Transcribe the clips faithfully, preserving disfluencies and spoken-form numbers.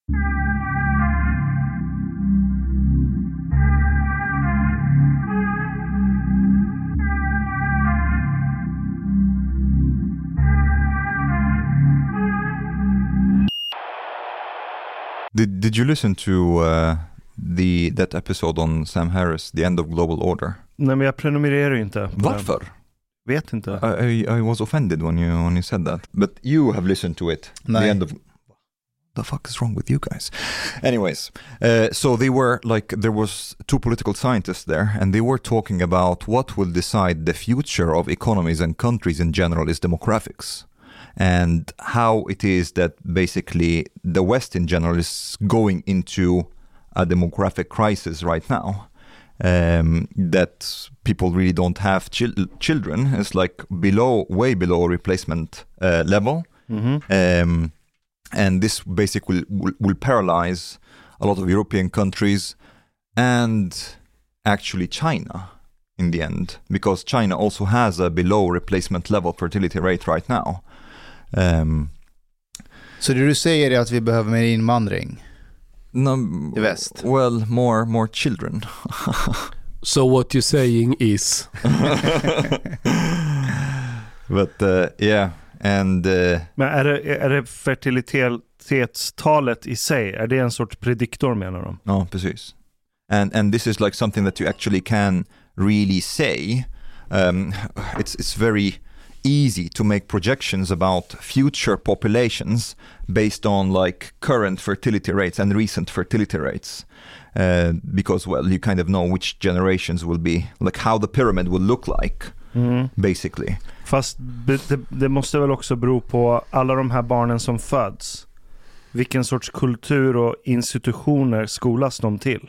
Did Did you listen to uh, the that episode on Sam Harris, The End of Global Order? Nej, men jag prenumererar ju inte. Varför? Vet inte. I, I I was offended when you when you said that. But you have listened to it. Nej. The End of the fuck is wrong with you guys? Anyways, uh, so they were like there was two political scientists there, and they were talking about what will decide the future of economies and countries in general is demographics. And how it is that basically the West in general is going into a demographic crisis right now. Um, that people really don't have chil- children. It's like below, way below replacement uh, level. Mm-hmm. Um, and this basically will, will paralyze a lot of European countries and actually China in the end, because China also has a below replacement level fertility rate right now. Um, Så det du säger är att vi behöver mer invandring no, i väst? Well, more more children. So what you're saying is... But uh, yeah, and... Uh, Men är det, är det fertilitetstalet i sig, är det en sorts prediktor menar de? Ja, precis. And, and this is like something that you actually can really say. Um, it's it's very... easy to make projections about future populations based on like current fertility rates and recent fertility rates, uh, because well you kind of know which generations will be, like how the pyramid will look like, mm. basically. Fast det, det måste väl också bero på alla de här barnen som föds. Vilken sorts kultur och institutioner skolas de till?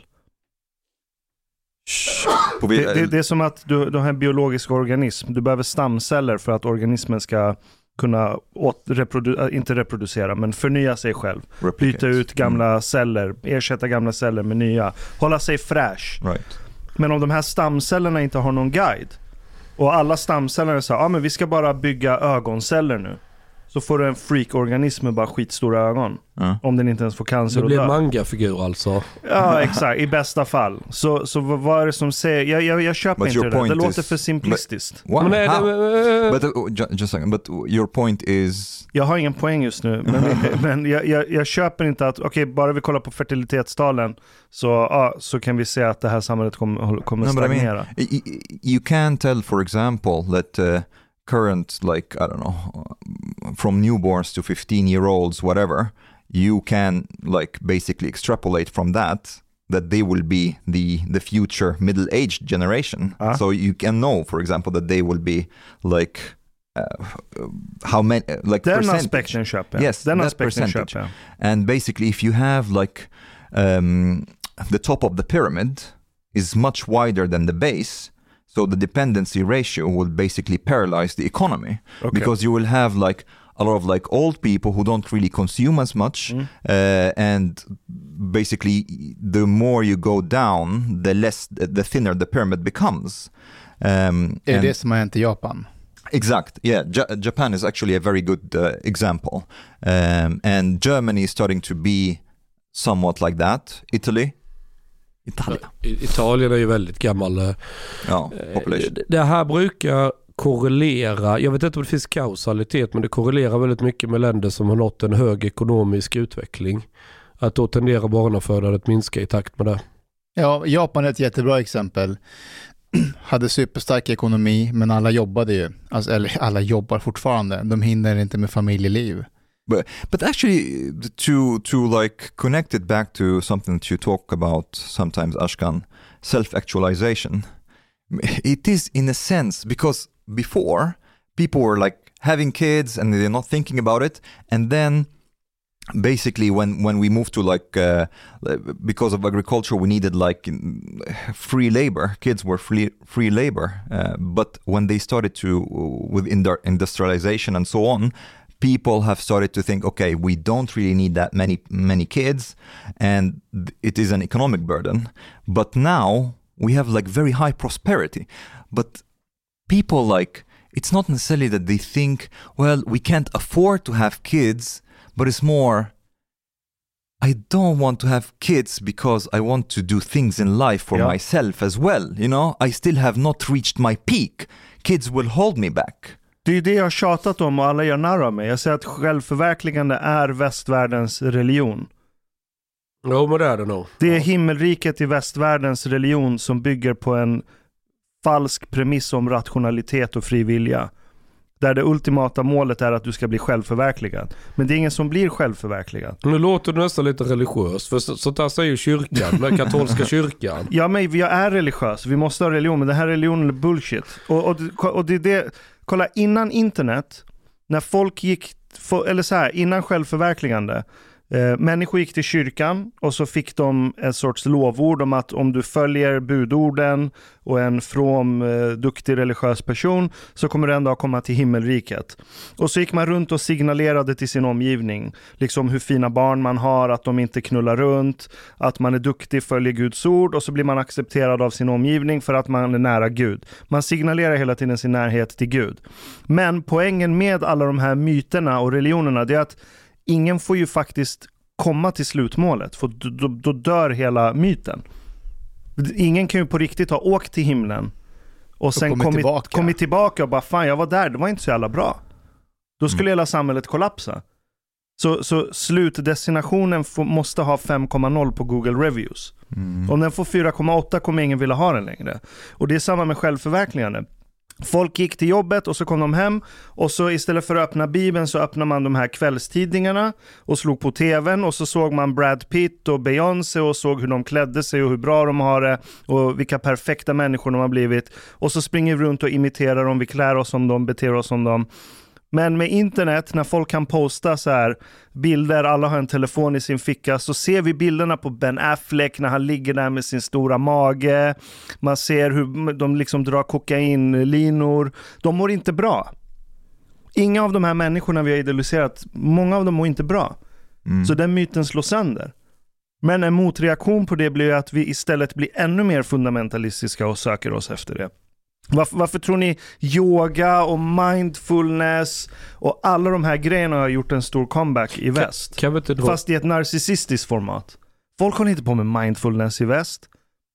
Det, det, det är som att du, du har en biologisk organism. Du behöver stamceller för att organismen ska kunna åt, reprodu, inte reproducera, men förnya sig själv. Replicate. Byta ut gamla mm. celler, ersätta gamla celler med nya. Hålla sig fräsch. Right. Men om de här stamcellerna inte har någon guide och alla stamceller säger, ja men vi ska bara bygga ögonceller nu. Så får du en freak-organism med bara skitstora ögon. Mm. Om den inte ens får cancer. Det blir en manga-figur alltså. Ja, exakt. I bästa fall. Så, så vad är det som säger... Jag, jag, jag köper but inte det. Det låter is, för simplistiskt. But, wow, men, uh, but, uh, just a second, but your point is... Jag har ingen poäng just nu. Men, men jag, jag, jag köper inte att... Okej, okay, bara vi kollar på fertilitetstalen så, ja, så kan vi se att det här samhället kommer, kommer no, stagnera. I mean, you can tell, for example, that... Uh, current, like, I don't know, from newborns to fifteen year olds, whatever, you can like basically extrapolate from that that they will be the the future middle-aged generation. Uh-huh. So you can know, for example, that they will be like uh, how many like den percentage. aspekten köper. Yes, den that aspekten percentage. Köper. And basically, if you have like um, the top of the pyramid is much wider than the base. So the dependency ratio will basically paralyze the economy, okay. because you will have like a lot of like old people who don't really consume as much, mm. uh, and basically the more you go down, the less, the thinner the pyramid becomes. Um, är det som har hänt i Japan? Exact. Yeah, J- Japan is actually a very good uh, example, um, and Germany is starting to be somewhat like that. Italy. Italien. Italien är ju väldigt gammal. Ja, population. Det här brukar korrelera, jag vet inte om det finns kausalitet, men det korrelerar väldigt mycket med länder som har nått en hög ekonomisk utveckling. Att då tenderar barnafödandet att minska i takt med det. Ja, Japan är ett jättebra exempel. Hade superstark ekonomi, men alla jobbade ju. Alltså, eller alla jobbar fortfarande. De hinner inte med familjeliv. But but actually, to to like connect it back to something that you talk about sometimes, Ashkan, self-actualization. It is in a sense, because before people were like having kids and they're not thinking about it, and then basically when when we moved to like uh, because of agriculture we needed like free labor. Kids were free free labor, uh, but when they started to with industrialization and so on, people have started to think, okay, we don't really need that many many kids, and it is an economic burden. But now we have like very high prosperity, but people like, it's not necessarily that they think, well, we can't afford to have kids, but it's more, I don't want to have kids because I want to do things in life for ja. myself as well, you know? I still have not reached my peak. Kids will hold me back. Det är det jag har tjatat om och alla gör narr av mig. Jag säger att självförverkligande är västvärldens religion. Jo, men det är det nog. Det är himmelriket i västvärldens religion som bygger på en falsk premiss om rationalitet och frivilliga. Där det ultimata målet är att du ska bli självförverkligad. Men det är ingen som blir självförverkligad. Nu låter du nästan lite religiös. För så, sånt där säger ju kyrkan, den katolska kyrkan. Ja, men jag är religiös. Vi måste ha religion, men den här religionen är bullshit. Och, och, och det är det... Kolla, innan internet, när folk gick... Eller så här, innan självförverkligande... Eh, människor gick till kyrkan och så fick de en sorts lovord om att om du följer budorden och en from, eh, duktig religiös person så kommer du ändå komma till himmelriket. Och så gick man runt och signalerade till sin omgivning liksom hur fina barn man har, att de inte knullar runt, att man är duktig, följer Guds ord, och så blir man accepterad av sin omgivning för att man är nära Gud. Man signalerar hela tiden sin närhet till Gud. Men poängen med alla de här myterna och religionerna, det är att ingen får ju faktiskt komma till slutmålet, för då, då, då dör hela myten. Ingen kan ju på riktigt ha åkt till himlen och sen kommit, kommit, tillbaka. kommit tillbaka och bara fan, jag var där, det var inte så jävla bra. Då skulle mm. hela samhället kollapsa. Så, så slutdestinationen får, måste ha fem komma noll på Google Reviews. Mm. Om den får fyra komma åtta kommer ingen vilja ha den längre. Och det är samma med självförverkligande. Folk gick till jobbet och så kom de hem och så istället för att öppna Bibeln så öppnade man de här kvällstidningarna och slog på tvn och så såg man Brad Pitt och Beyoncé och såg hur de klädde sig och hur bra de har det och vilka perfekta människor de har blivit, och så springer vi runt och imiterar dem, vi klär oss som dem, beter oss som dem. Men med internet, när folk kan posta så här bilder, alla har en telefon i sin ficka, så ser vi bilderna på Ben Affleck när han ligger där med sin stora mage. Man ser hur de liksom drar kokainlinor. De mår inte bra. Inga av de här människorna vi har idealiserat, många av dem mår inte bra. Mm. Så den myten slår sönder. Men en motreaktion på det blir att vi istället blir ännu mer fundamentalistiska och söker oss efter det. Varför, varför tror ni yoga och mindfulness och alla de här grejerna har gjort en stor comeback i väst? Kan, kan Fast i ett narcissistiskt format. Folk håller inte på med mindfulness i väst.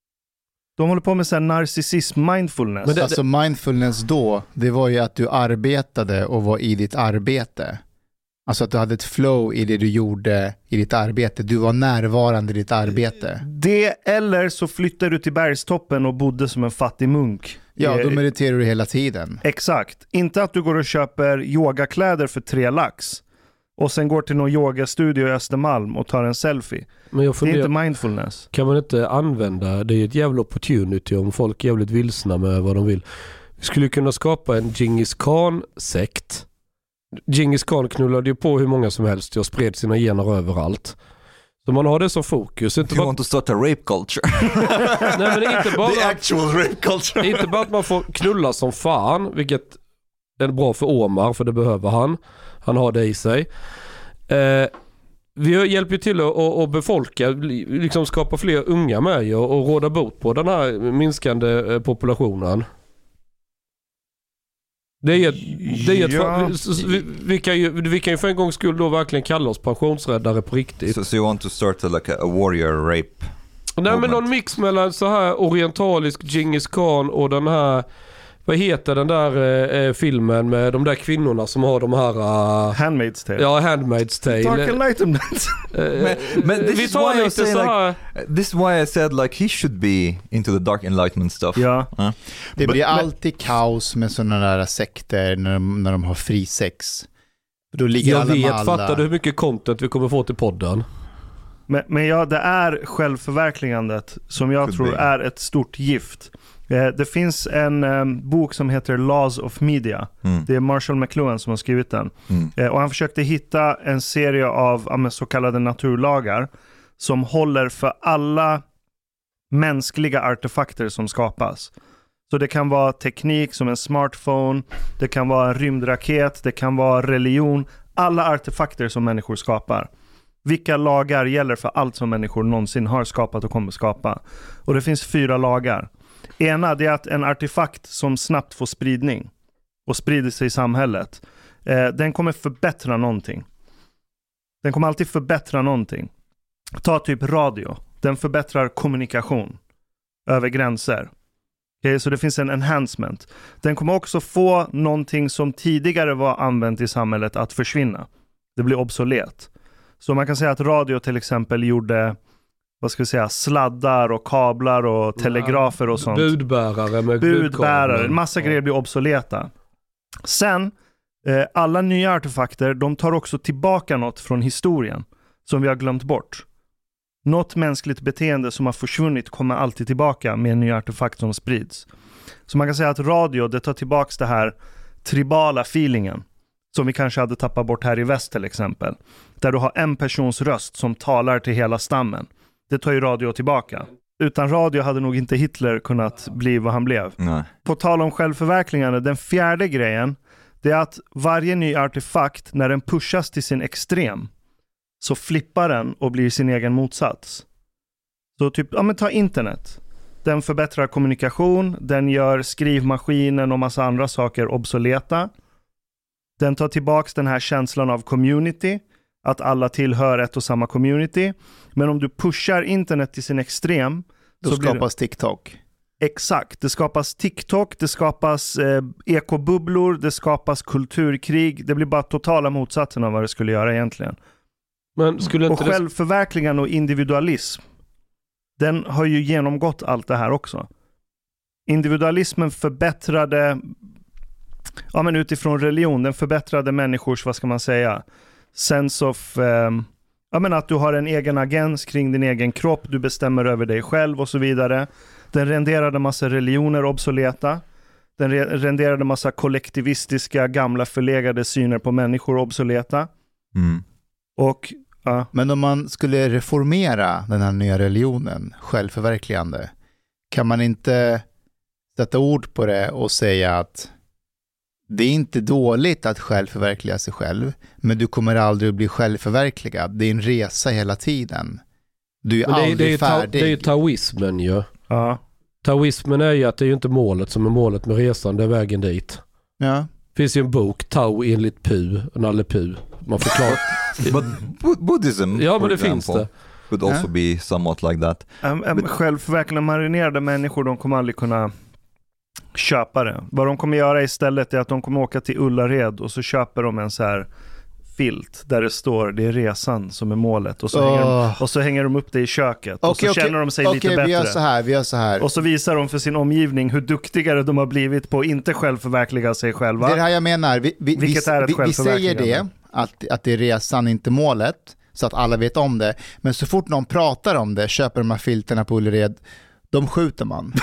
De håller på med så här narcissism, mindfulness. Men det, alltså mindfulness då, det var ju att du arbetade och var i ditt arbete. Alltså att du hade ett flow i det du gjorde i ditt arbete. Du var närvarande i ditt arbete. Det, eller så flyttade du till bergstoppen och bodde som en fattig munk. Ja, då mediterar du hela tiden. Exakt. Inte att du går och köper yogakläder för tre lax och sen går till någon yogastudio i Östermalm och tar en selfie. Men jag funderar, det är inte mindfulness. Kan man inte använda, det är ett jävla opportunity om folk är jävligt vilsna med vad de vill. Vi skulle kunna skapa en Genghis Khan-sekt. Genghis Khan knullade ju på hur många som helst och spred sina gener överallt. Så man har det som fokus. Inte you bara... want to start a rape culture. Nej, men inte bara, the actual rape culture. Inte bara att man får knulla som fan, vilket är bra för Omar, för det behöver han. Han har det i sig. Eh, vi hjälper ju till att, att befolka, liksom skapa fler unga med och, och råda bot på den här minskande populationen. Det är, det är ja. ett, vi, vi, kan ju, vi kan ju för en gångs skull då verkligen kalla oss pensionsräddare på riktigt. So, so you want to start a, like a, a warrior rape? Nej, men någon mix mellan så här orientalisk Genghis Khan och den här, vad heter den där eh, filmen med de där kvinnorna som har de här... Uh, Handmaid's Tale. Ja, Handmaid's Tale. Dark Enlightenment. men, men this vi is tar why lite så här... Like, this is why I said like he should be into the Dark Enlightenment stuff. Ja. Uh. Det But, blir alltid kaos med sådana där sekter när de, när de har fri sex. Då ligger jag alla vet, alla... fattar du hur mycket content vi kommer få till podden? Men, men ja, det är självförverkligandet som jag Could tror be. är ett stort gift. Det finns en um, bok som heter Laws of Media. Mm. Det är Marshall McLuhan som har skrivit den. Mm. Eh, och han försökte hitta en serie av ja, så kallade naturlagar som håller för alla mänskliga artefakter som skapas. Så det kan vara teknik som en smartphone, det kan vara en rymdraket, det kan vara religion. Alla artefakter som människor skapar. Vilka lagar gäller för allt som människor någonsin har skapat och kommer skapa? Och det finns fyra lagar. Ena, det är att en artefakt som snabbt får spridning och sprider sig i samhället, eh, den kommer förbättra någonting. Den kommer alltid förbättra någonting. Ta typ radio. Den förbättrar kommunikation över gränser. Okay, så det finns en enhancement. Den kommer också få någonting som tidigare var använt i samhället att försvinna. Det blir obsolet. Så man kan säga att radio till exempel gjorde, vad ska vi säga, sladdar och kablar och telegrafer och sånt. Budbärare med Budbärare. En massa grejer blir obsoleta. Sen, eh, alla nya artefakter, de tar också tillbaka något från historien som vi har glömt bort. Något mänskligt beteende som har försvunnit kommer alltid tillbaka med en ny artefakt som sprids. Så man kan säga att radio, det tar tillbaka det här tribala feelingen som vi kanske hade tappat bort här i väst till exempel. Där du har en persons röst som talar till hela stammen. Det tar ju radio tillbaka. Utan radio hade nog inte Hitler kunnat bli vad han blev. Nej. På tal om självförverkligande, den fjärde grejen, det är att varje ny artefakt, när den pushas till sin extrem, så flippar den och blir sin egen motsats. Så typ, ja men ta internet. Den förbättrar kommunikation, den gör skrivmaskinen och massa andra saker obsoleta. Den tar tillbaks den här känslan av community, att alla tillhör ett och samma community. Men om du pushar internet till sin extrem, då så skapas blir det... TikTok. Exakt, det skapas TikTok, det skapas eh, ekobubblor, det skapas kulturkrig. Det blir bara totala motsatsen av vad det skulle göra egentligen. Men skulle inte och självförverkligande och individualism, den har ju genomgått allt det här också. Individualismen förbättrade, ja men utifrån religion, den förbättrade människors, vad ska man säga, sense of, eh, ja men att du har en egen agens kring din egen kropp, du bestämmer över dig själv och så vidare. Den renderade massa religioner obsoleta. Den re- renderade massa kollektivistiska, gamla förlegade syner på människor obsoleta. Mm. Och, ja. Men om man skulle reformera den här nya religionen, självförverkligande, kan man inte sätta ord på det och säga att det är inte dåligt att självförverkliga sig själv, men du kommer aldrig att bli självförverkligad. Det är en resa hela tiden. Du är men det, aldrig det är, färdig. Det är ju taoismen ju. Ja. Taoismen är ju att det är ju inte målet som är målet med resan, det är vägen dit. Ja. Det finns ju en bok, Tao enligt Pu, Nalle Pu. Man förklarar. But bu- Buddhism, ja, for men det example, finns det. could also Ja. be somewhat like that. Um, um, självförverkligande marinerade människor, de kommer aldrig kunna köpa det. Vad de kommer göra istället är att de kommer åka till Ullared och så köper de en så här filt där det står det är resan som är målet och så, Oh. hänger, de, och så hänger de upp det i köket och Okej, så okej. känner de sig Okej, lite vi bättre. gör så här, vi gör så här. Och så visar de för sin omgivning hur duktigare de har blivit på att inte självförverkliga sig själva. Det är det här jag menar. Vi, vi, Vilket vi, är ett vi, vi säger självförverkligande. det, att, att det är resan, inte målet, så att alla vet om det. Men så fort någon pratar om det, köper de här filterna på Ullared, de skjuter man.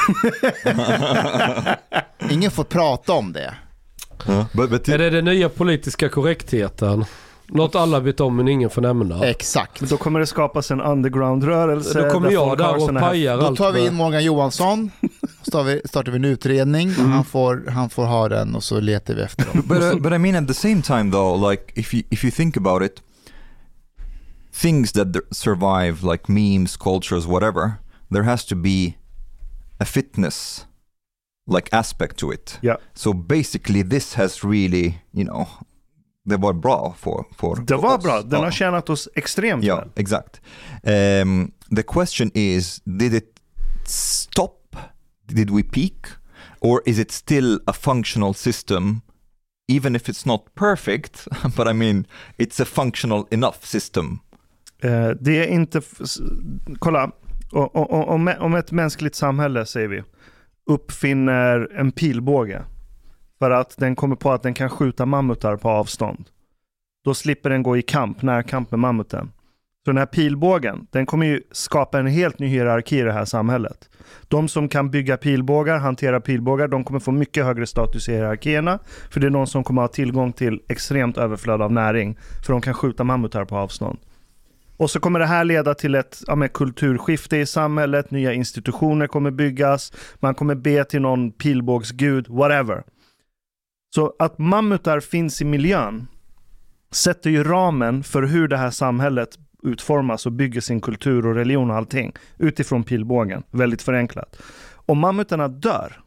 Ingen får prata om det. Uh, but, but Är det den nya politiska korrektheten? Något alla vet om men ingen får nämna. Exakt. Men då kommer det skapas en underground-rörelse. Då kommer där jag folk har där och såna här- pajar Då allt. tar vi in med- Morgan Johansson, startar vi, startar vi en utredning, Mm. han, får, han får ha den och så letar vi efter dem. but, uh, but I mean at the same time though, like if you if you think about it, things that th- survive like memes, cultures, whatever, there has to be a fitness like aspect to it. Ja. So basically this has really, you know, det var bra för för Det för var oss. bra. Den Ja. har tjänat oss extremt Ja, väl. exakt. Um, the question is, did it stop? Did we peak? Or is it still a functional system, even if it's not perfect, but I mean, it's a functional enough system? Eh, det är inte... F- s- kolla, o- o- o- om, om ett mänskligt samhälle, säger vi, uppfinner en pilbåge för att den kommer på att den kan skjuta mammutar på avstånd. Då slipper den gå i kamp, närkamp med mammuten. Så den här pilbågen, den kommer ju skapa en helt ny hierarki i det här samhället. De som kan bygga pilbågar, hantera pilbågar, de kommer få mycket högre status i hierarkierna. För det är någon som kommer ha tillgång till extremt överflöd av näring. För de kan skjuta mammutar på avstånd. Och så kommer det här leda till ett ja, med kulturskifte i samhället. Nya institutioner kommer byggas. Man kommer be till någon pilbågsgud, whatever. Så att mammutar finns i miljön sätter ju ramen för hur det här samhället utformas och bygger sin kultur och religion och allting utifrån pilbågen. Väldigt förenklat. Om mammutarna dör,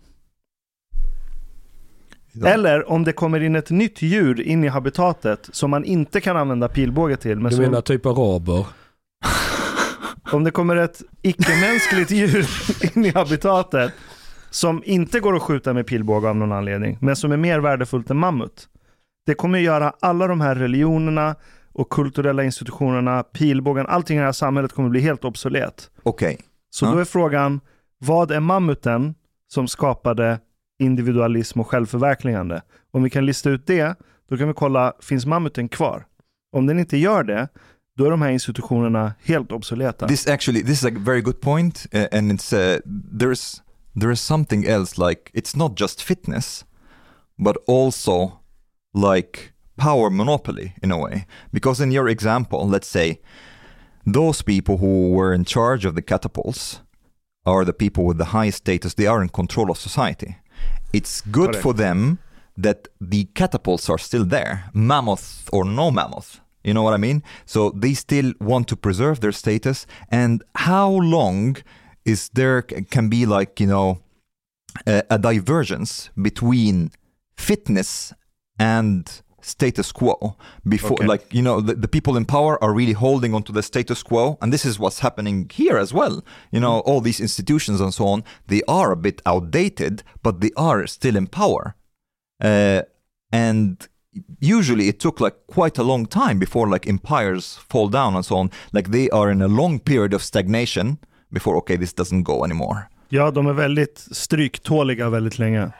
Ja. eller om det kommer in ett nytt djur in i habitatet som man inte kan använda pilbåge till. Men Du som, menar typ araber? Om det kommer ett icke-mänskligt djur in i habitatet som inte går att skjuta med pilbåge av någon anledning, men som är mer värdefullt än mammut. Det kommer göra alla de här religionerna och kulturella institutionerna, pilbågen, allting i det här samhället kommer bli helt obsolet. Okej. Okay. Så ja. då är frågan, vad är mammuten som skapade individualism och självförverkligande? Om vi kan lista ut det, då kan vi kolla, finns mammuten kvar? Om den inte gör det, då är de här institutionerna helt obsoleta. This actually, this is a very good point, uh, and it's uh, there's there is something else, like it's not just fitness, but also like power monopoly in a way. Because in your example, let's say those people who were in charge of the catapults are the people with the high status. They are in control of society. It's good Correct. for them that the catapults are still there, mammoth or no mammoth. You know what I mean? So they still want to preserve their status. And how long is there can be like, you know, a, a divergence between fitness and status quo before, okay. like, you know, the, the people in power are really holding on to the status quo, and this is what's happening here as well. You know, mm. all these institutions and so on, they are a bit outdated, but they are still in power. Uh, and usually it took like quite a long time before like empires fall down and so on. Like they are in a long period of stagnation before, okay, this doesn't go anymore. Ja, de är väldigt stryktåliga väldigt länge.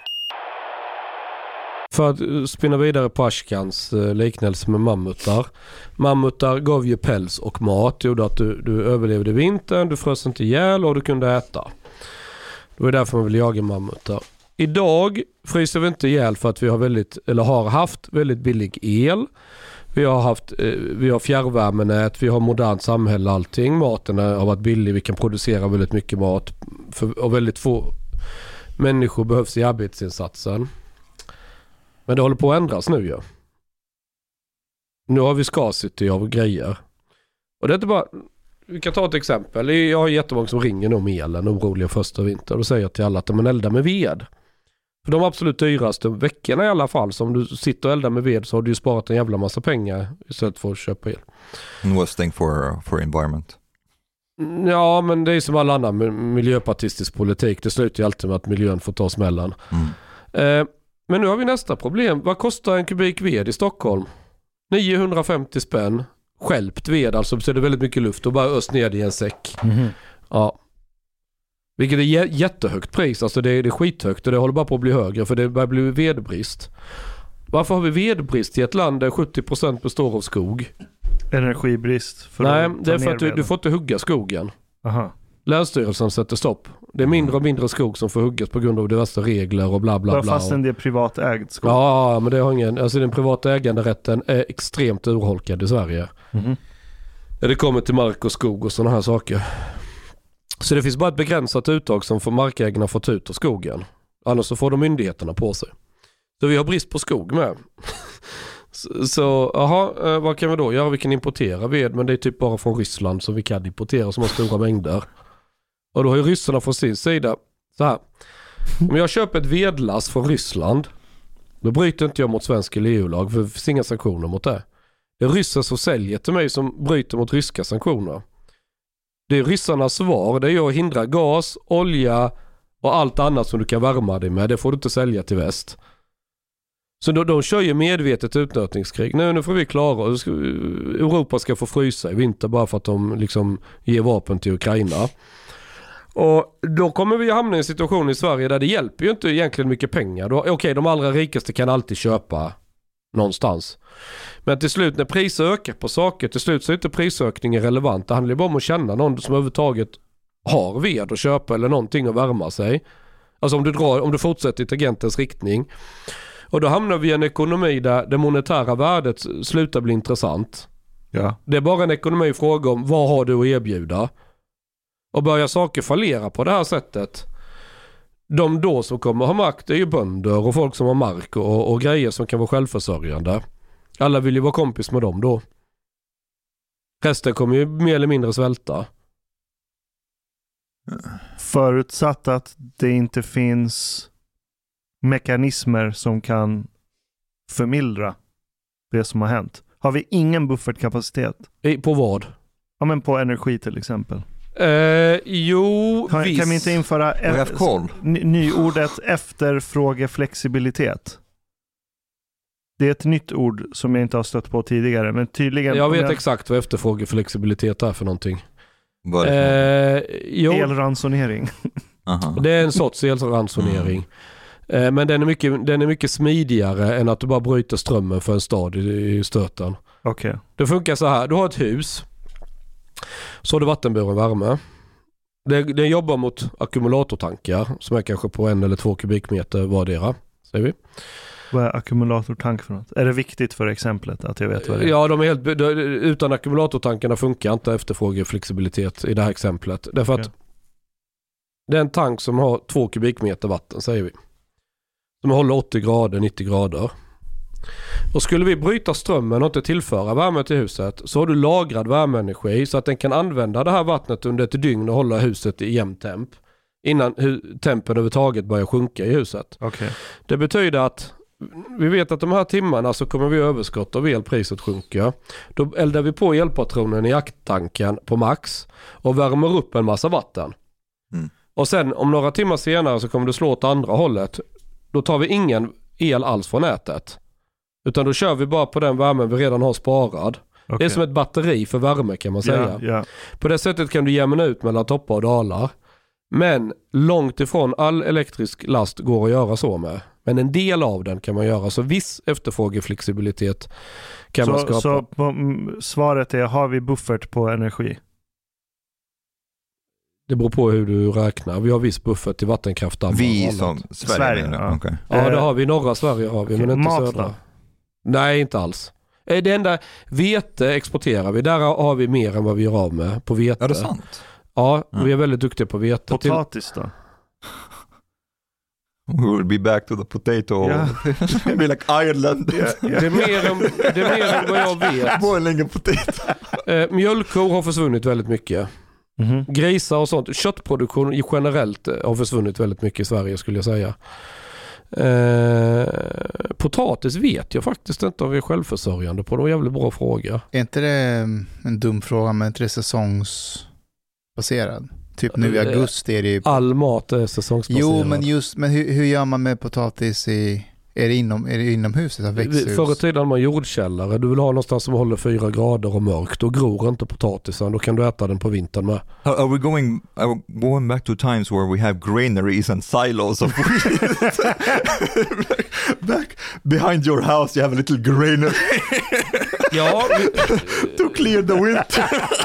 För att spinna vidare på Ashkans liknelse med mammutar. Mammutar gav ju päls och mat, gjorde att du, du överlevde vintern, du frös inte ihjäl och du kunde äta. Det var därför man vill jaga mammutar. Idag fryser vi inte ihjäl för att vi har väldigt, eller har haft väldigt billig el. Vi har haft vi har fjärrvärmenät, vi har modernt samhälle, allting. Maten har varit billig, vi kan producera väldigt mycket mat för, och väldigt få människor behövs i arbetsinsatsen. Men det håller på att ändras nu ju. Ja. Nu har vi scarcity av grejer. Och det är inte bara... Vi kan ta ett exempel. Jag har jättemånga som ringer nu om elen, oroliga första vinter. Och säger till alla att man eldar med ved. För de absolut dyraste veckorna i alla fall. Så om du sitter och eldar med ved så har du ju sparat en jävla massa pengar istället för att köpa el. And what's thing for, for environment? Ja, men det är som all annan miljöpartistisk politik. Det slutar ju alltid med att miljön får ta smällen. Mm. Eh, Men nu har vi nästa problem. Vad kostar en kubik ved i Stockholm? niohundrafemtio spänn. Skälpt ved, alltså så är det väldigt mycket luft och bara öst ner i en säck. Mm-hmm. Ja. Vilket är j- jättehögt pris. Alltså det är, det är skithögt och det håller bara på att bli högre för det börjar bli vedbrist. Varför har vi vedbrist i ett land där sjuttio procent består av skog? Energibrist. För Nej, det är för att du, du får inte hugga skogen. Aha. Länsstyrelsen sätter stopp. Det är mindre och mindre skog som får huggas på grund av diverse regler och bla bla bla. Fastän det är privatägd skog. Ja, men det har ingen... Alltså den privata äganderätten är extremt urholkad i Sverige. Mm-hmm. När det kommer till mark och skog och sådana här saker. Så det finns bara ett begränsat uttag som får markägarna få ta ut av skogen. Annars så får de myndigheterna på sig. Så vi har brist på skog med. Så, jaha, vad kan vi då göra? Vi kan importera ved, men det är typ bara från Ryssland som vi kan importera som har stora mängder. Och då har ju ryssarna från sin sida så här. Om jag köper ett vedlass från Ryssland, då bryter inte jag mot svensk E U-lag, för det finns inga sanktioner mot det. Det är ryssar som säljer till mig som bryter mot ryska sanktioner. Det är ryssarnas svar, det är jag att hindra gas, olja och allt annat som du kan värma dig med. Det får du inte sälja till väst. Så de, de kör ju medvetet utnötningskrig. Nu, nu får vi klara oss. Europa ska få frysa i vinter bara för att de liksom ger vapen till Ukraina. Och då kommer vi hamna i en situation i Sverige där det hjälper ju inte egentligen mycket pengar. Då, okej, okay, de allra rikaste kan alltid köpa någonstans. Men till slut när priser ökar på saker, till slut så är inte prisökningen relevant. Det handlar bara om att känna någon som överhuvudtaget har ved att köpa eller någonting att värma sig. Alltså om du, drar, om du fortsätter i tangentens riktning. Och då hamnar vi i en ekonomi där det monetära värdet slutar bli intressant. Ja. Det är bara en ekonomi i fråga om vad har du att erbjuda. Och börjar saker fallera på det här sättet. De då som kommer ha makt är ju bönder och folk som har mark och, och grejer som kan vara självförsörjande. Alla vill ju vara kompis med dem då. Resten kommer ju mer eller mindre svälta. Förutsatt att det inte finns mekanismer som kan förmildra det som har hänt. Har vi ingen buffertkapacitet? I, på vad? Ja, men på energi till exempel. Eh, jo, kan, visst. kan vi inte införa e- ny, nyordet efterfrågeflexibilitet? Det är ett nytt ord som jag inte har stött på tidigare, men tydligen... Jag vet jag... exakt vad efterfrågeflexibilitet är för någonting. Vad är det eh, jo, elransonering. Aha. Det är en sorts elransonering. Mm. Eh, men den är, mycket, den är mycket smidigare än att du bara bryter strömmen för en stad i, i stöten. Okej. Okay. Det funkar så här. Du har ett hus. Så har du vattenburen värme. Det, det jobbar mot ackumulatortankar som är kanske på en eller två kubikmeter vardera. Säger vi. Vad är ackumulatortank för något? Är det viktigt för exemplet att jag vet vad det är? Ja, de är helt, utan ackumulatortankarna funkar inte efterfrågeflexibilitet i det här exemplet. Därför att okay. det är en tank som har två kubikmeter vatten, säger vi. Som håller åttio grader, nittio grader. Och skulle vi bryta strömmen och inte tillföra värme till huset, så har du lagrad värmeenergi så att den kan använda det här vattnet under ett dygn och hålla huset i jämn temp. Innan hu- tempen överhuvudtaget börjar sjunka i huset. Okay. Det betyder att vi vet att de här timmarna så kommer vi överskott av elpriset sjunker. Då eldar vi på elpatronen i akttanken på max och värmer upp en massa vatten. Mm. Och sen om några timmar senare så kommer det slå åt andra hållet. Då tar vi ingen el alls från nätet. Utan då kör vi bara på den värmen vi redan har sparad. Okay. Det är som ett batteri för värme kan man säga. Yeah, yeah. På det sättet kan du jämna ut mellan toppar och dalar. Men långt ifrån all elektrisk last går att göra så med. Men en del av den kan man göra. Så viss efterfrågeflexibilitet kan så, man skapa. Så på, m- svaret är, har vi buffert på energi? Det beror på hur du räknar. Vi har viss buffert till vattenkraft. Vi som Sverige? Sverige ja. Okay. Ja, det har vi. Norra Sverige har vi, okay. men inte Mat södra. då? Nej, inte alls. Det enda vete exporterar vi. Där har vi mer än vad vi gör av med på vete. Är det sant? Ja, mm. vi är väldigt duktiga på vete. Potatis då? We will be back to the potato. Yeah. Be like Ireland. Yeah, yeah. Det, är mer än, det är mer än vad jag vet. Boiling a potato. Eh, mjölkkor har försvunnit väldigt mycket. Mm-hmm. Grisar och sånt. Köttproduktion generellt har försvunnit väldigt mycket i Sverige skulle jag säga. Eh, potatis vet jag faktiskt inte om vi är självförsörjande på. Det var en jävligt bra fråga. Är inte det en dum fråga, men inte det säsongsbaserad? Typ nu i augusti är det ju... All mat är säsongsbaserad. Jo, men just men hur, hur gör man med potatis i... Är det, inom, är det inomhuset? Växthus? Förr i tiden hade man jordkällare. Du vill ha någonstans som håller fyra grader och mörkt. Då gror inte potatisen. Då kan du äta den på vintern med. Are we going, are we going back to times where we have granaries and silos of back behind your house you have a little granary. Ja. Vi, to clear the winter.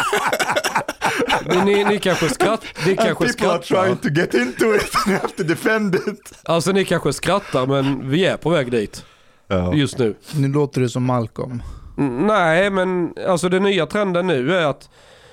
ni, ni kanske skratt, ni kanske skrattar. People are trying to get into it and have to defend it. Alltså ni kanske skrattar, men vi är på väg dit. Ja. Just nu. Nu låter det som Malcolm. Nej, men alltså den nya trenden nu är att,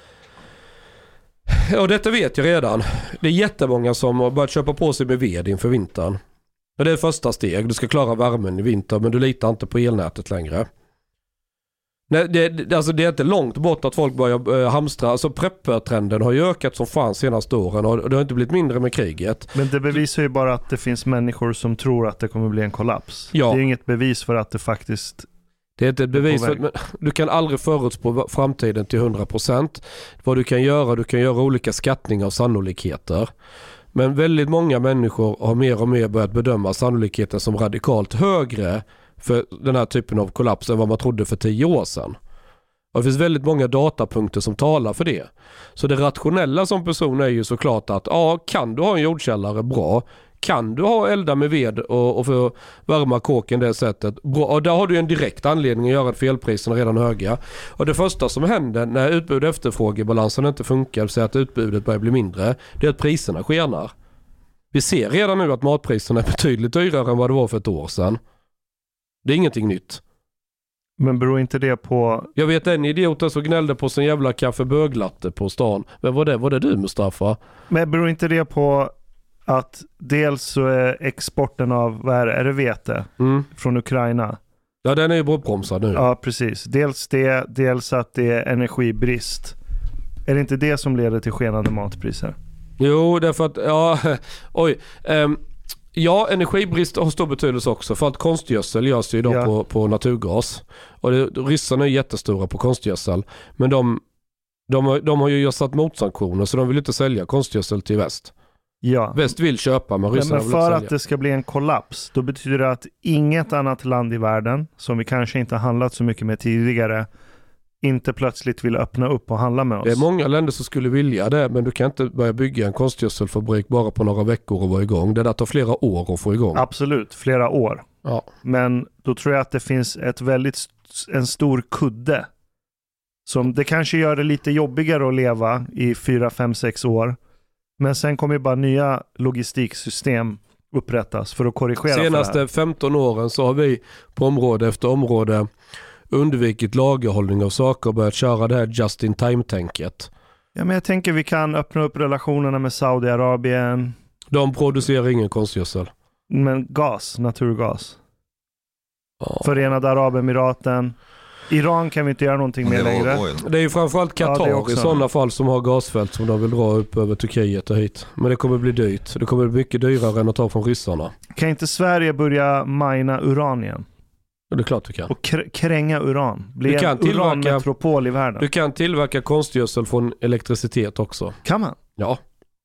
och detta vet jag redan, det är jättemånga som har börjat köpa på sig med ved inför vintern. Och det är första steg. Du ska klara värmen i vinter, men du litar inte på elnätet längre. Nej, det, alltså det är inte långt bort att folk börjar äh, hamstra. Alltså preppertrenden har ju ökat som fan senaste åren och det har inte blivit mindre med kriget. Men det bevisar ju bara att det finns människor som tror att det kommer bli en kollaps. Ja. Det är inget bevis för att det faktiskt... Det är inte ett bevis för att du kan aldrig förutspå framtiden till hundra procent. Vad du kan göra, du kan göra olika skattningar av sannolikheter. Men väldigt många människor har mer och mer börjat bedöma sannolikheten som radikalt högre för den här typen av kollaps än vad man trodde för tio år sedan. Och det finns väldigt många datapunkter som talar för det. Så det rationella som person är ju såklart att ja, kan du ha en jordkällare, bra. Kan du ha elda med ved och, och få värma kåken det sättet, bra. Och där har du en direkt anledning att göra att felpriserna är redan höga. Och det första som händer när utbud- och efterfrågebalansen inte funkar, så att utbudet börjar bli mindre, det är att priserna skenar. Vi ser redan nu att matpriserna är betydligt dyrare än vad det var för ett år sedan. Det är ingenting nytt. Men beror inte det på... Jag vet en idiot som gnällde på sin jävla kaffeböglatte på stan. Men var det, var det du, Mustafa? Men beror inte det på att dels så är exporten av, vad är det, är det vete mm. från Ukraina? Ja, den är ju bromsad nu. Ja, precis. Dels det, dels att det är energibrist. Är det inte det som leder till skenande matpriser? Jo, därför att, ja, oj. Um, ja, energibrist har stor betydelse också. För att konstgödsel görs ju idag ja. på, på naturgas. Och det, ryssarna är jättestora på konstgödsel. Men de De har, de har ju satt motsanktioner så de vill inte sälja konstgödsel till väst. Ja. Väst vill köpa men ryssarna men vill för inte att sälja. det ska bli en kollaps, då betyder det att inget annat land i världen, som vi kanske inte handlat så mycket med tidigare, inte plötsligt vill öppna upp och handla med oss. Det är många länder som skulle vilja det, men du kan inte börja bygga en konstgödselfabrik bara på några veckor och vara igång. Det där tar flera år att få igång. Absolut, flera år. Ja. Men då tror jag att det finns ett väldigt en stor kudde som det kanske gör det lite jobbigare att leva i fyra, fem, sex år. Men sen kommer ju bara nya logistiksystem upprättas för att korrigera senaste för det här. femton åren så har vi på område efter område undvikit lagerhållning av saker och börjat köra det här just-in-time-tänket. Ja, men jag tänker vi kan öppna upp relationerna med Saudiarabien. De producerar ingen konstgödsel. Men gas, naturgas. Ja. Förenade Arabemiraten. Iran kan vi inte göra någonting med längre. Det är ju framförallt Qatar Ja, i sådana fall som har gasfält som de vill dra upp över Turkiet och hit. Men det kommer bli dyrt. Det kommer bli mycket dyrare än att ta från ryssarna. Kan inte Sverige börja mina uran igen? Det är klart du kan. Och kr- kränga uran. Bli Du kan en tillverka- uranmetropol i världen. Du kan tillverka konstgödsel från elektricitet också. Kan man? Ja.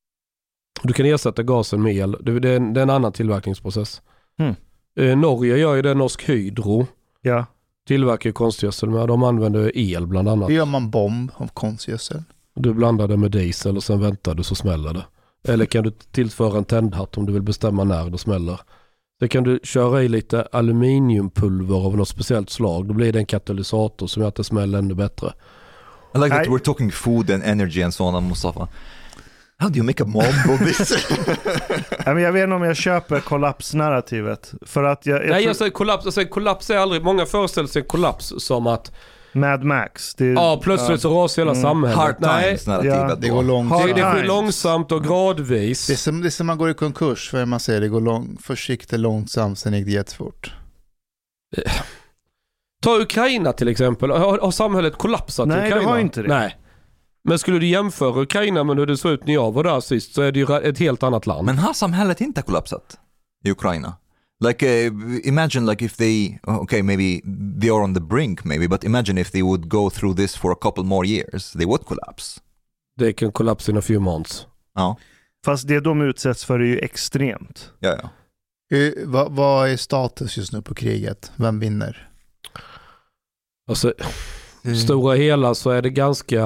Du kan ersätta gasen med el. Det det är en, det är en annan tillverkningsprocess. Mm. Eh, Norge gör ju det, Norsk Hydro. Ja. Tillverkar ju konstgödsel med. De använder el bland annat. Hur gör man bomb av konstgödsel? Du blandar det med diesel och sen väntar du så smäller det. Eller kan du tillföra en tändhatt om du vill bestämma när det smäller. Det kan du köra i lite aluminiumpulver av något speciellt slag. Då blir det en katalysator som gör att det smäller ännu bättre. I like that I- we're talking food and energy and so on, Mustafa. How do you make a mob of this? Nej, men jag vet inte om jag köper kollapsnarrativet. För att jag... jag Nej, tror- jag säger kollaps. Jag säger kollaps är aldrig... Många föreställer sig kollaps som att Mad Max. Det, ja, plötsligt så rasar hela Mm. samhället. Hard Nej, times narrativet. Ja, Det går långsamt. det, det sker times. långsamt och gradvis. Det är som, det är som man går i konkurs, för man säger det går lång, försiktigt långsamt, sen gick det jättefort. Ta Ukraina till exempel. Har, har samhället kollapsat? Nej, i Ukraina? det har inte det. Nej. Men skulle du jämföra Ukraina med hur det såg ut när jag var där sist så är det ju ett helt annat land. Men har samhället inte kollapsat i Ukraina? Like uh, imagine like if they okay maybe they are on the brink maybe but imagine if they would go through this for a couple more years they would collapse. Det kan kollapsa in a few months. Ja. Fast det de utsätts för är ju extremt. Ja ja. Hur, vad, vad är status just nu på kriget? Vem vinner? Alltså, stora hela så är det ganska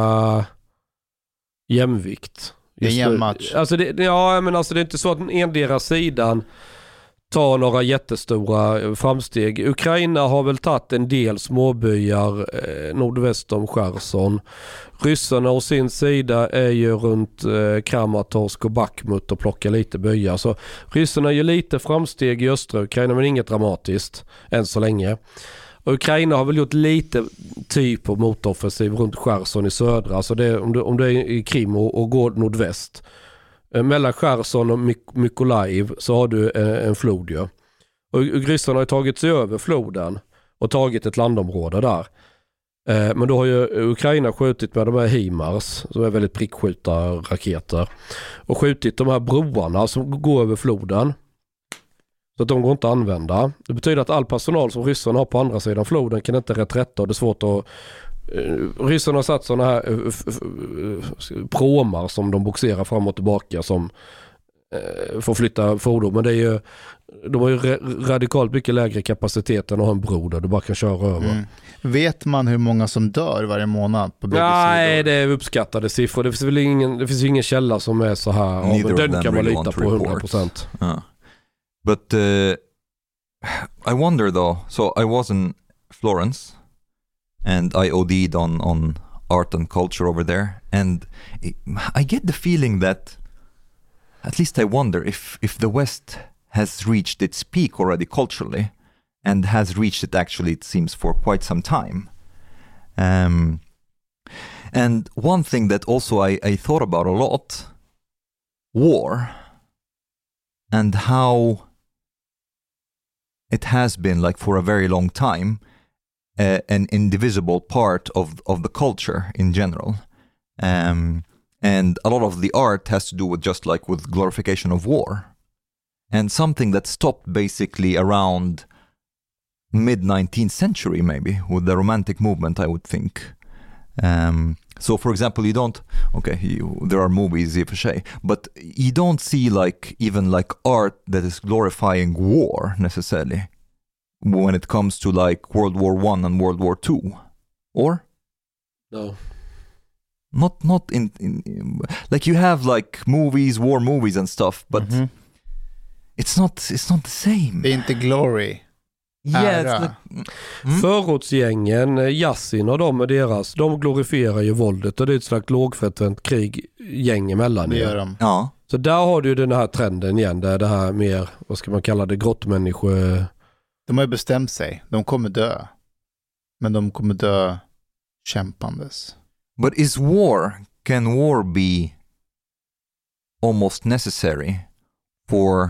jämvikt. Det är en Just jämn nu. match. Alltså det, ja, men alltså det är inte så att den endera sidan tar några jättestora framsteg. Ukraina har väl tagit en del småbyar eh, nordväst om Cherson. Ryssarna å sin sida är ju runt eh, Kramatorsk och Bakhmut och plockar lite byar. Så ryssarna gör lite framsteg i östra Ukraina men inget dramatiskt än så länge. Och Ukraina har väl gjort lite typ av motoffensiv runt Cherson i södra. Alltså det, om, du, om du är i Krim och, och går nordväst. Eh, mellan Cherson och My- Mykolaiv så har du eh, en flod ju. Och ryssarna har tagit sig över floden och tagit ett landområde där. Eh, men då har ju Ukraina skjutit med de här HIMARS som är väldigt prickskjuta raketer. Och skjutit de här broarna som går över floden. Så att de går inte att använda. Det betyder att all personal som ryssarna har på andra sidan floden kan inte reträtta och det är svårt att... Uh, ryssarna har satt sådana här uh, f- f- uh, promar som de boxerar fram och tillbaka som uh, får flytta fordon. Men det är ju, de har ju ra- radikalt mycket lägre kapacitet än att ha en bro där du bara kan köra över. Mm. Vet man hur många som dör varje månad på bägge Nej, sidor? det är uppskattade siffror. Det finns väl ingen, det finns ju ingen källa som är så här. Ja, Neither men of den them kan man really lita want på reports. hundra procent. Uh. But uh, I wonder though. So I was in Florence, and I O D'd on on art and culture over there, and it, I get the feeling that, at least I wonder if if the West has reached its peak already culturally, and has reached it actually it seems for quite some time. Um, and one thing that also I, I thought about a lot, war, and how it has been like for a very long time uh, an indivisible part of of the culture in general, um, and a lot of the art has to do with just like with glorification of war, and something that stopped basically around mid nineteenth century maybe with the Romantic movement I would think, um, So, for example, you don't, okay, you, there are movies i och för sig, but you don't see like even like art that is glorifying war necessarily when it comes to like World War One and World War Two, or? No. Not, not in, in, in, like you have like movies, war movies and stuff, but mm-hmm. it's not, it's not the same. Det är inte glory. Yeah, like, mm. Förortsgängen, Yasin och de med deras, de glorifierar ju våldet och det är ett slags lågfrekvent krig gäng emellan. Det gör de. Ja. Så där har du ju den här trenden igen, där det här mer, vad ska man kalla det, grottmänniskor. De har ju bestämt sig, de kommer dö. Men de kommer dö kämpandes. But is war, can war be almost necessary for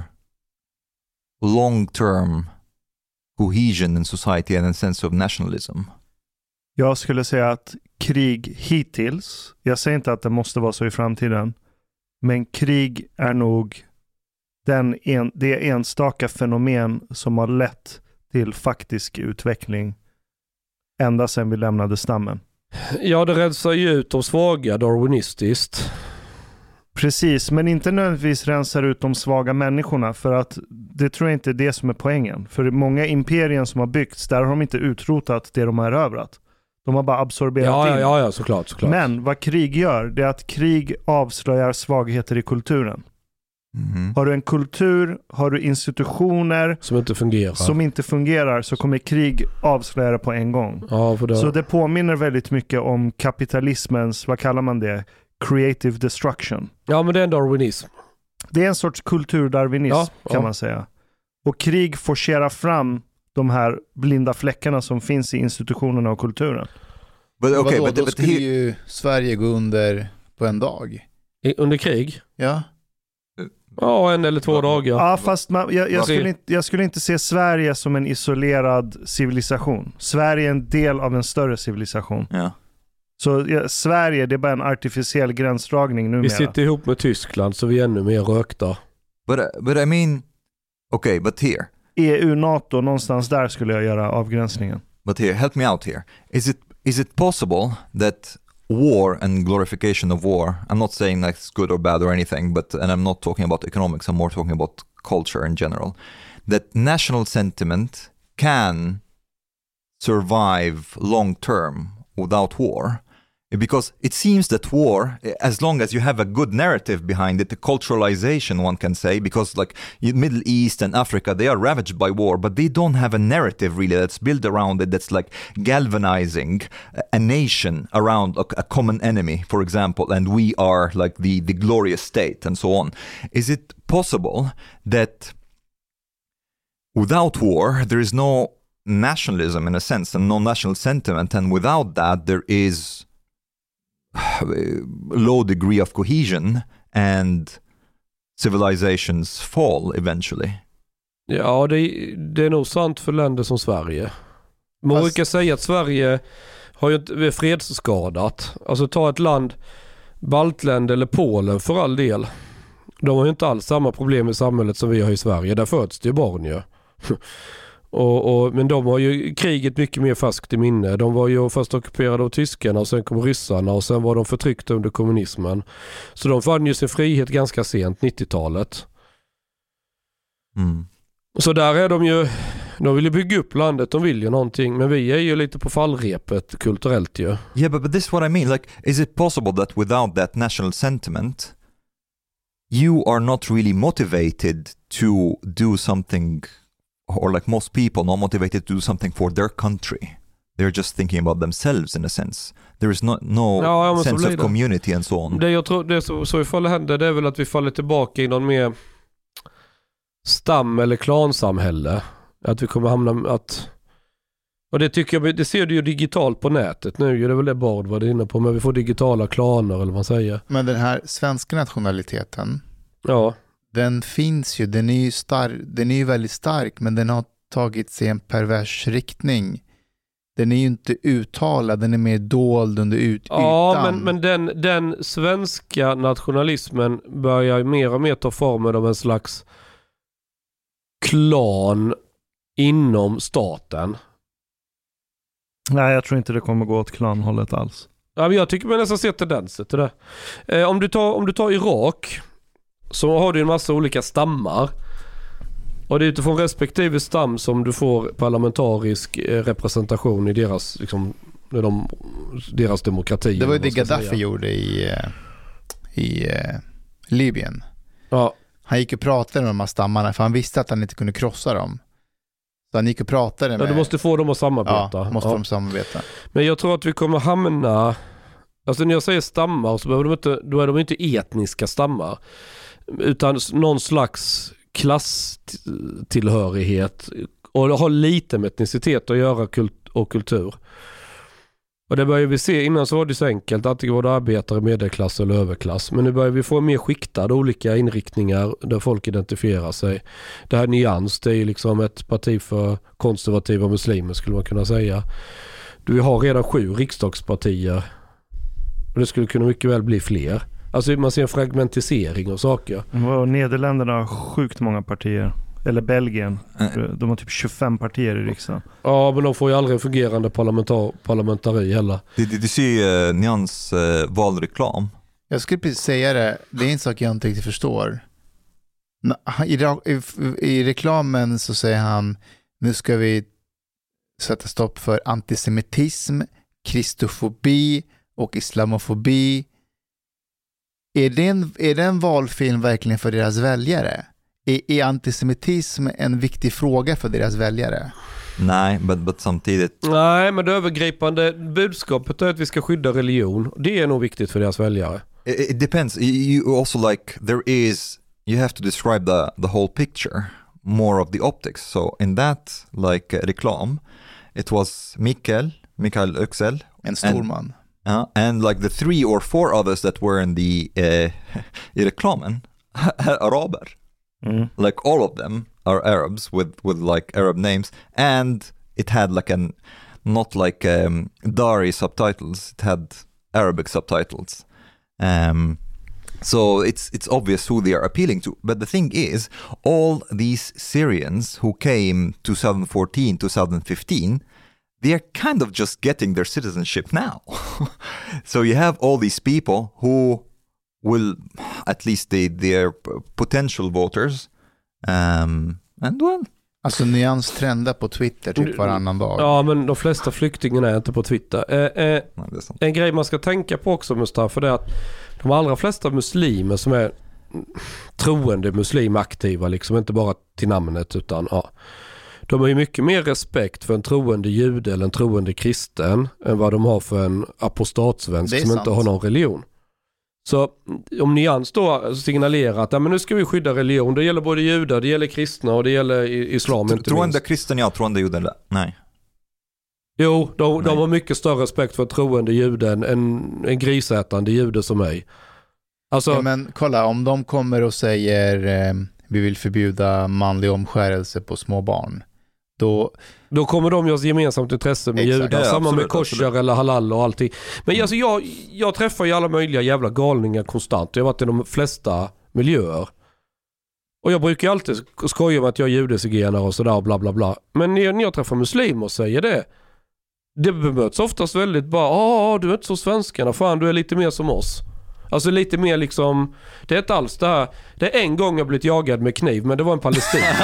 long-term cohesion in society and a sense of nationalism? Jag skulle säga att krig hittills, jag säger inte att det måste vara så i framtiden, men krig är nog den en, det enstaka fenomen som har lett till faktisk utveckling ända sedan vi lämnade stammen. Ja, det rensar ju ut de svaga darwinistiskt. Precis, men inte nödvändigtvis rensar ut de svaga människorna, för att det tror jag inte är det som är poängen. För många imperier som har byggts, där har de inte utrotat det de har erövrat. De har bara absorberat ja, in. Ja, ja, ja, såklart, såklart. Men vad krig gör, det är att krig avslöjar svagheter i kulturen. Mm. Har du en kultur, har du institutioner som inte fungerar, som inte fungerar så kommer krig avslöja det på en gång. Ja, för det... Så det påminner väldigt mycket om kapitalismens, vad kallar man det? Creative destruction. Ja, men det är en darwinism. Det är en sorts kulturdarwinism, ja, kan ja. man säga. Och krig forcerar fram de här blinda fläckarna som finns i institutionerna och kulturen. But, okay, Vadå, but, då but skulle he... ju Sverige gå under på en dag. I, under krig? Ja. Ja, en eller två dagar. Ja, fast man, jag, jag, skulle inte, jag skulle inte se Sverige som en isolerad civilisation. Sverige är en del av en större civilisation. Ja. Så ja, Sverige, det är bara en artificiell gränsdragning numera. Vi sitter ihop med Tyskland så vi är ännu mer rökta. But, but I mean, okay, but here. E U, NATO, någonstans där skulle jag göra avgränsningen. But here, help me out here. Is it, is it possible that war and glorification of war, I'm not saying that's good or bad or anything, but, and I'm not talking about economics, I'm more talking about culture in general, that national sentiment can survive long term without war? Because it seems that war, as long as you have a good narrative behind it, the culturalization one can say, because like Middle East and Africa, they are ravaged by war, but they don't have a narrative really that's built around it, that's like galvanizing a nation around a, a common enemy, for example, and we are like the, the glorious state and so on. Is it possible that without war, there is no nationalism in a sense and no national sentiment, and without that there is low degree of cohesion and civilizations fall eventually? Ja, det, det är nog sant för länder som Sverige. Man Fast... brukar säga att Sverige har ju inte fredsskadat. Alltså ta ett land, Baltländer eller Polen för all del. De har ju inte alls samma problem i samhället som vi har i Sverige. Där föds det ju barn ju. Och, och, men de har ju kriget mycket mer färskt i minne. De var ju först ockuperade av tyskarna och sen kom ryssarna och sen var de förtryckta under kommunismen. Så de fann ju sin frihet ganska sent, nittiotalet. Mm. Så där är de ju, de vill ju bygga upp landet, de vill ju någonting, men vi är ju lite på fallrepet kulturellt ju. Yeah, but, but this is what I mean. Like, is it possible that without that national sentiment you are not really motivated to do something, or like most people, not motivated to do something for their country. They're just thinking about themselves in a sense. There is no, no ja, sense of community and so on. Det jag tror, det så, så ifall det händer, det är väl att vi faller tillbaka i någon mer stam- eller klansamhälle. Att vi kommer hamna att... Och det tycker jag, det ser du ju digitalt på nätet nu. Det är väl det Bard var det inne på, men vi får digitala klaner eller vad man säger. Men den här svenska nationaliteten, ja, den finns ju, den är ju stark, den är ju väldigt stark, men den har tagit sig en pervers riktning. Den är ju inte uttalad, den är mer dold under ut, ja, ytan. Ja, men, men den, den svenska nationalismen börjar mer och mer ta formen av en slags klan inom staten. Nej, jag tror inte det kommer gå åt klanhållet alls. Ja, men jag tycker man nästan ser tendenser till det. Eh, om, du tar, om du tar Irak så har du en massa olika stammar. Och det är utifrån respektive stam som du får parlamentarisk eh, representation i deras, liksom, de, deras demokrati. Det var ju det Gaddafi säga. gjorde i, i uh, Libyen. Ja. Han gick och pratade med de här stammarna för han visste att han inte kunde krossa dem. Så han gick och pratade med... Ja, du måste få dem att samarbeta. Ja, måste ja. de samarbeta. Men jag tror att vi kommer hamna... Alltså när jag säger stammar så behöver de inte, då är de inte etniska stammar. Utan någon slags klasstillhörighet. Och det har lite med etnicitet att göra kult- och kultur. Och det börjar vi se, innan så var det så enkelt, antingen var det arbetare, medelklass eller överklass. Men nu börjar vi få mer skiktade olika inriktningar där folk identifierar sig. Det här Nyans, det är liksom ett parti för konservativa muslimer skulle man kunna säga. Vi har redan sju riksdagspartier. Och det skulle kunna mycket väl bli fler. Alltså man ser en fragmentisering av saker. Och Nederländerna har sjukt många partier. Eller Belgien. De har typ tjugofem partier i riksdagen. Ja, men de får ju aldrig en fungerande parlamentar- parlamentari heller. Did, did you see uh, Nyans uh, valreklam? Jag skulle precis säga det. Det är en sak jag inte riktigt förstår. I, i, I reklamen så säger han nu ska vi sätta stopp för antisemitism, kristofobi och islamofobi. Är det en, är det en valfilm verkligen för deras väljare? Är, är antisemitism en viktig fråga för deras väljare? Nej, but, but samtidigt... Nej, men det övergripande budskapet är att vi ska skydda religion. Det är nog viktigt för deras väljare. It, it depends. You also like, there is... You have to describe the, the whole picture. More of the optics. So in that, like, uh, reklam, it was Mikael, Mikael Öxel. En stor man. Uh, and like the three or four others that were in the uh, i reklamen araber. Mm. Like all of them are Arabs with with like Arab names, and it had like an not like um, Dari subtitles. It had Arabic subtitles. Um, so it's it's obvious who they are appealing to. But the thing is, all these Syrians who came twenty fourteen, twenty fifteen. They are kind of just getting their citizenship now. So you have all these people who will, at least they, their potential voters, um, and well. Alltså Nyans trendar på Twitter typ varannan dag. Ja, men de flesta flyktingarna är inte på Twitter. Eh, eh, Nej, en grej man ska tänka på också, Mustafa, det är att de allra flesta muslimer som är troende muslimaktiva, liksom inte bara till namnet utan ja. De har ju mycket mer respekt för en troende jude eller en troende kristen än vad de har för en apostatsvensk som sant. Inte har någon religion. Så om Nyans då signalerar att ja, men nu ska vi skydda religion, det gäller både judar, det gäller kristna och det gäller islam inte minst. Troende kristen, ja, troende jude, nej. Jo, de, de har mycket större respekt för troende jude än en, en grisätande jude som mig. Alltså, ja, men kolla, om de kommer och säger eh, vi vill förbjuda manlig omskärelse på små barn. Då, då kommer de ju ha gemensamt intresse med judar. Ja, samma med kosher eller halal och allting. Men mm. alltså, jag, jag träffar ju alla möjliga jävla galningar konstant. Jag har varit i de flesta miljöer. Och jag brukar ju alltid skoja med att jag är judezigenare och sådär och bla bla bla. Men när, när jag träffar muslimer och säger det, det bemöts oftast väldigt bara, ja du är inte så svenskarna, fan du är lite mer som oss. Alltså lite mer liksom, det är inte alls det här. Det är en gång jag blivit jagad med kniv, men det var en palestinier.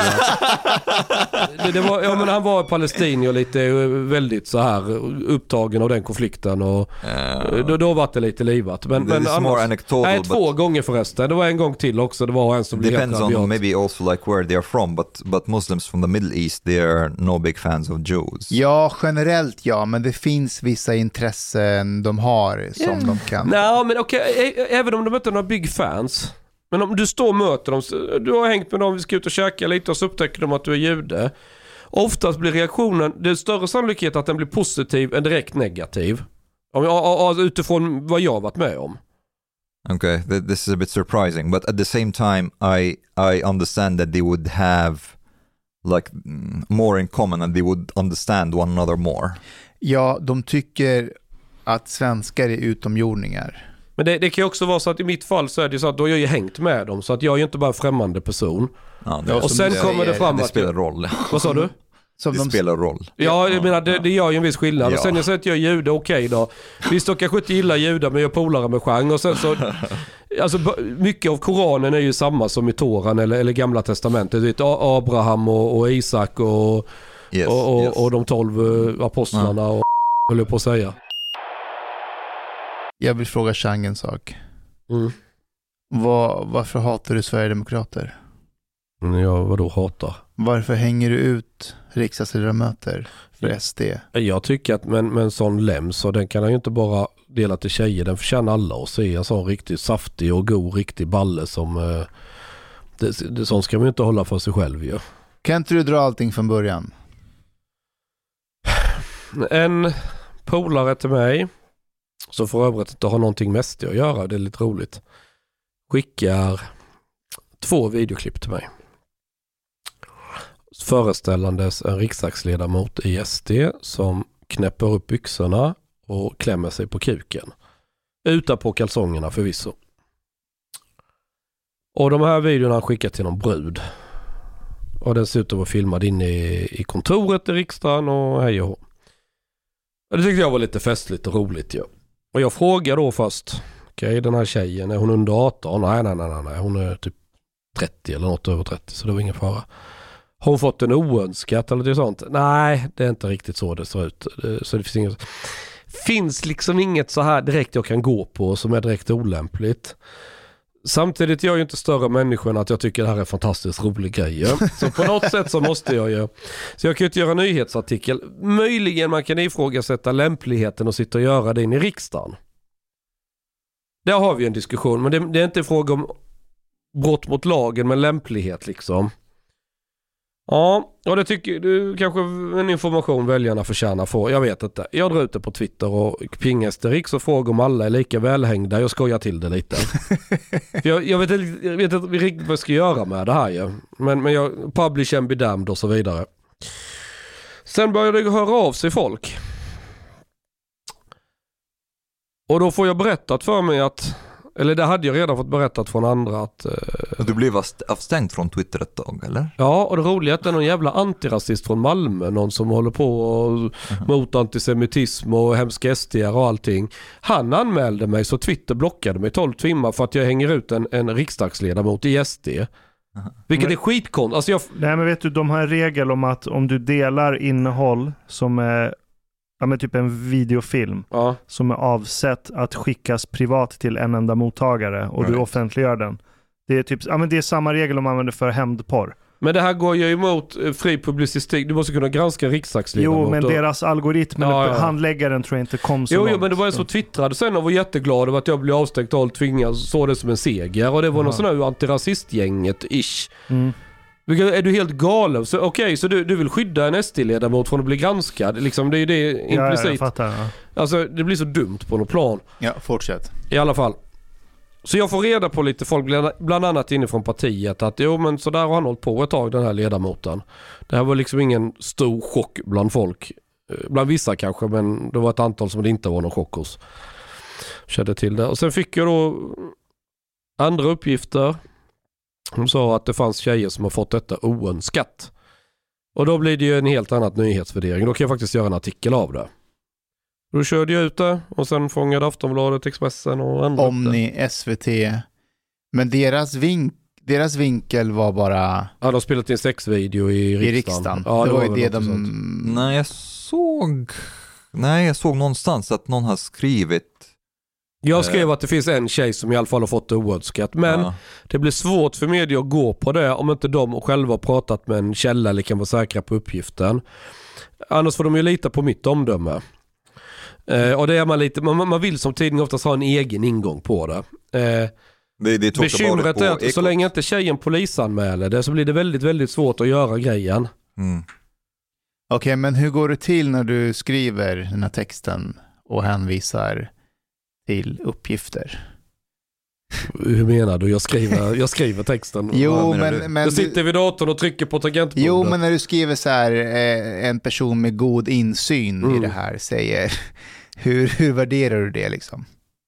det, det var, ja, men han var palestinier lite väldigt så här upptagen av den konflikten och uh, då, då var det lite livat. Men, men annars, nej, två gånger förresten. Det var en gång till också. Det var en som blev depends on maybe also like where they are from, but, but Muslims from the Middle East, they are no big fans of Jews. Ja, generellt ja, men det finns vissa intressen de har som yeah. de kan. Nej, men okej, okay, även om de inte är några big fans. Men om du står och möter dem, du har hängt med dem, vi ska ut och käka lite och så upptäcker de att du är jude. Oftast blir reaktionen, det är större sannolikhet att den blir positiv än direkt negativ. Utifrån vad jag har varit med om. Okay, this is a bit surprising, but at the same time I, I understand that they would have like more in common and they would understand one another more. Ja, de tycker att svenskar är utomjordningar. Men det, det kan ju också vara så att i mitt fall så är det så att då har jag ju hängt med dem. Så att jag är ju inte bara en främmande person. Ja, och sen det, kommer det fram det att... spelar roll. Vad sa du? Som det de... spelar roll. Ja, jag menar, det, det gör ju en viss skillnad. Ja. Och sen jag säger att jag är jude, okej okay då. Visst, jag kanske inte gillar judar, men jag är polare med Chang. Och sen så, alltså, mycket av Koranen är ju samma som i Toran eller, eller Gamla Testamentet. Vet, Abraham och, och Isak och, Yes, och, och, yes. och de tolv uh, apostlarna ja. och höll jag på att säga. Jag vill fråga Chang en sak. Mm. Var, varför hatar du Sverigedemokrater? Ja, vadå hatar? Varför hänger du ut riksdagsledamöter för Ja. S D? Jag tycker att med, med en sån läms, och den kan han ju inte bara dela till tjejer, den förtjänar alla att se en sån riktigt saftig och god, riktig balle som eh, det, det, sånt ska man ju inte hålla för sig själv ju. Kan inte du dra allting från början? En polare till mig, som för övrigt inte har någonting med S D att göra, det är lite roligt, skickar två videoklipp till mig. Föreställandes en riksdagsledamot i S D som knäpper upp byxorna och klämmer sig på kuken. Utan på kalsongerna förvisso. Och de här videorna har skickat till någon brud. Och den ser ut att vara filmad inne i, i kontoret i riksdagen och hej och hå. Det tyckte jag var lite festligt och roligt. Ja. Och jag frågade då först, okej okay, den här tjejen, är hon under arton? Nej, nej, nej, nej, hon är typ trettio eller något över trettio, så det var ingen fara. Har hon fått en oönskat eller något sånt? Nej, det är inte riktigt så det ser ut. Så det finns inget, finns liksom inget så här direkt jag kan gå på som är direkt olämpligt. Samtidigt är jag ju inte större människa än att jag tycker det här är fantastiskt rolig grej. Så på något sätt så måste jag ju. Så jag kan ju inte göra en nyhetsartikel. Möjligen man kan ifrågasätta lämpligheten att sitta och göra det in i riksdagen. Där har vi en diskussion, men det, det är inte en fråga om brott mot lagen, men lämplighet liksom. Ja, och det tycker du kanske en information väljarna förtjänar få. Jag vet inte. Jag drar ut det på Twitter och pingar Riks och frågar om alla är lika välhängda. Jag skojar till det lite. För jag, jag, vet, jag vet inte riktigt vad jag ska göra med det här. Ja. Men, men jag publish and be damned och så vidare. Sen började det höra av sig folk. Och då får jag berättat för mig att, eller det hade jag redan fått berättat från andra att... Eh, du blev avstängd från Twitter ett tag, eller? Ja, och det roliga är att det är någon jävla antirasist från Malmö, någon som håller på och, uh-huh. mot antisemitism och hemska S D och allting. Han anmälde mig så Twitter blockade mig tolv timmar för att jag hänger ut en, en riksdagsledamot i S D. Uh-huh. Vilket men, är skitkont. Alltså jag... Nej, men vet du, de har en regel om att om du delar innehåll som är ja, men typ en videofilm ja. som är avsett att skickas privat till en enda mottagare och right. du offentliggör den. Det är typ, ja, men det är samma regel om man använder för hämndporr. Men det här går ju emot fri publicistik. Du måste kunna granska riksdagsledamot. Jo, men och... deras algoritm, ja, ja. handläggaren tror jag inte kom så Jo, långt. jo men det var en som twittrade sen och var jätteglad över att jag blev avstängd och tvingad, såg det som en seger. Och det var ja. någon sån här antirasistgänget-ish. Mm. Är du helt galen? Så, okej, okay, så du, du vill skydda en S D-ledamot från att bli granskad? Liksom, det är ju det implicit. Ja, jag fattar, ja. Alltså, det blir så dumt på något plan. Ja, fortsätt. I alla fall. Så jag får reda på lite folk, bland annat inifrån partiet, att jo, men så där har han hållit på ett tag, den här ledamoten. Det här var liksom ingen stor chock bland folk. Bland vissa kanske, men det var ett antal som det inte var någon chock hos. Kände till det. Och sen fick jag då andra uppgifter. De sa att det fanns tjejer som har fått detta oönskat. Och då blir det ju en helt annan nyhetsvärdering. Då kan jag faktiskt göra en artikel av det. Då körde jag ut det och sen fångade Aftonbladet, Expressen och andra. Omni, S V T. Men deras, vink, deras vinkel var bara... Ja, de spelat in sexvideo i riksdagen. I riksdagen. Ja, det, det var ju var det de... Sånt. Nej, jag såg... Nej, jag såg någonstans att någon har skrivit... Jag skrev att det finns en tjej som i alla fall har fått det oönskat. Men ja. det blir svårt för media att gå på det om inte de själva har pratat med en källa eller kan vara säkra på uppgiften. Annars får de ju lita på mitt omdöme. Eh, och det är man lite, man, man vill som tidning oftast ha en egen ingång på det. Eh, det, det bekymret är att Ekot. Så länge inte tjejen polisanmäler det så blir det väldigt, väldigt svårt att göra grejen. Mm. Okej, okay, men hur går det till när du skriver den här texten och hänvisar till uppgifter? Hur menar du? Jag skriver, jag skriver texten. Jo, men, men jag sitter vid datorn och trycker på tangentbordet. Jo, men när du skriver så här, eh, en person med god insyn mm. i det här säger, hur, hur värderar du det liksom?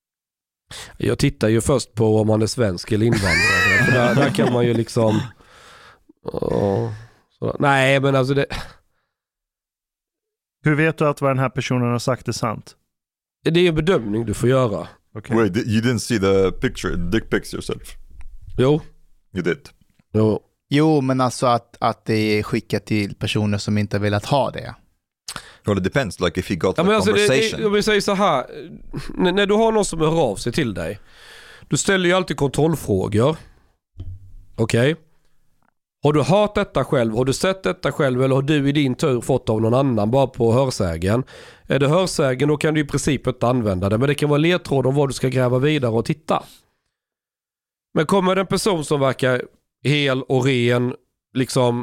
Jag tittar ju först på om man är svensk eller invandrare. För där, där kan man ju liksom... Oh, så, nej, men alltså det... Hur vet du att vad den här personen har sagt är sant? Det är en bedömning du får göra. Okay. Wait, you didn't see the picture, dick pics yourself? Jo. You did? Jo. Jo, men alltså att, att det är skickat till personer som inte har velat ha det. Well, it depends, like if he got ja, a alltså conversation. Det, jag vill säga så här, när, när du har någon som hör av sig till dig, du ställer ju alltid kontrollfrågor. Okej? Okay? Har du hört detta själv? Har du sett detta själv? Eller har du i din tur fått av någon annan bara på hörsägen? Är det hörsägen, då kan du i princip inte använda det. Men det kan vara ledtråd om vad du ska gräva vidare och titta. Men kommer det en person som verkar hel och ren, liksom,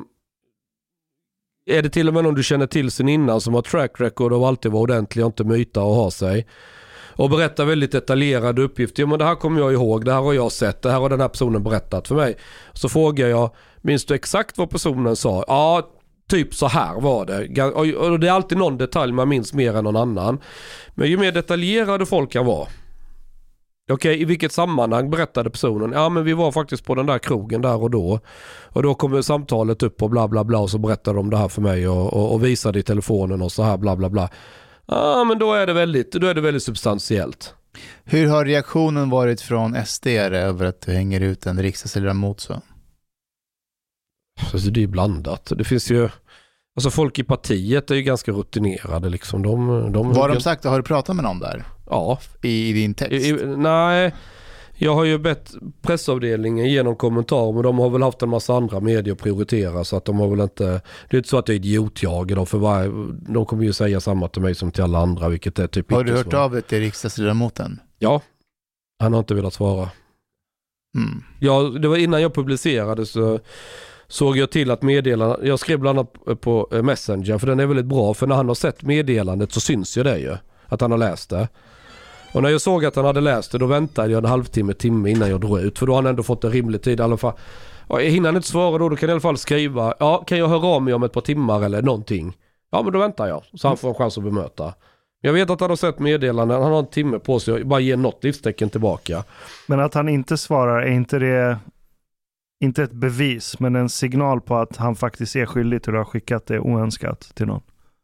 är det till och med någon du känner till sen innan som har track record och alltid var ordentlig och inte myta och ha sig och berättar väldigt detaljerade uppgifter. Ja, men det här kommer jag ihåg, det här har jag sett, det här har den här personen berättat för mig. Så frågar jag, minns du exakt vad personen sa? Ja, typ så här var det. Och det är alltid någon detalj man minns mer än någon annan. Men ju mer detaljerade folk kan vara. Okej, okay, i vilket sammanhang berättade personen? Ja, men vi var faktiskt på den där krogen där och då. Och då kommer samtalet upp och bla bla bla och så berättade de det här för mig och, och, och visade i telefonen och så här bla bla bla. Ja, men då är det väldigt, då är det väldigt substantiellt. Hur har reaktionen varit från S D över att du hänger ut en riksdagsledamot så? Alltså, det är ju blandat. Det finns ju, alltså folk i partiet är ju ganska rutinerade liksom. De, de, Vad har de sagt? Har du pratat med någon där? Ja. I, i din text? I, i, nej, jag har ju bett pressavdelningen genom kommentarer, men de har väl haft en massa andra medier att prioritera, så att de har väl inte, det är inte så att det är idiotjag då, för varje, de kommer ju säga samma till mig som till alla andra, vilket är typ. Har du hört av dig till riksdagsledamoten? Ja, han har inte velat svara. Mm. Ja, det var innan jag publicerade så såg jag till att meddela, jag skrev bland annat på Messenger, för den är väldigt bra, för när han har sett meddelandet så syns ju det ju, att han har läst det. Och när jag såg att han hade läst det, då väntade jag en halvtimme, timme innan jag drog ut, för då har han ändå fått en rimlig tid i alla fall. Ja, hinner han inte svara då, då kan jag i alla fall skriva, ja, kan jag höra av mig om ett par timmar eller någonting? Ja, men då väntar jag, så han får en chans att bemöta. Jag vet att han har sett meddelanden, han har en timme på sig att bara ge något livstecken tillbaka. Men att han inte svarar, är inte det inte ett bevis, men en signal på att han faktiskt är skyldig till att ha skickat det oönskat till någon?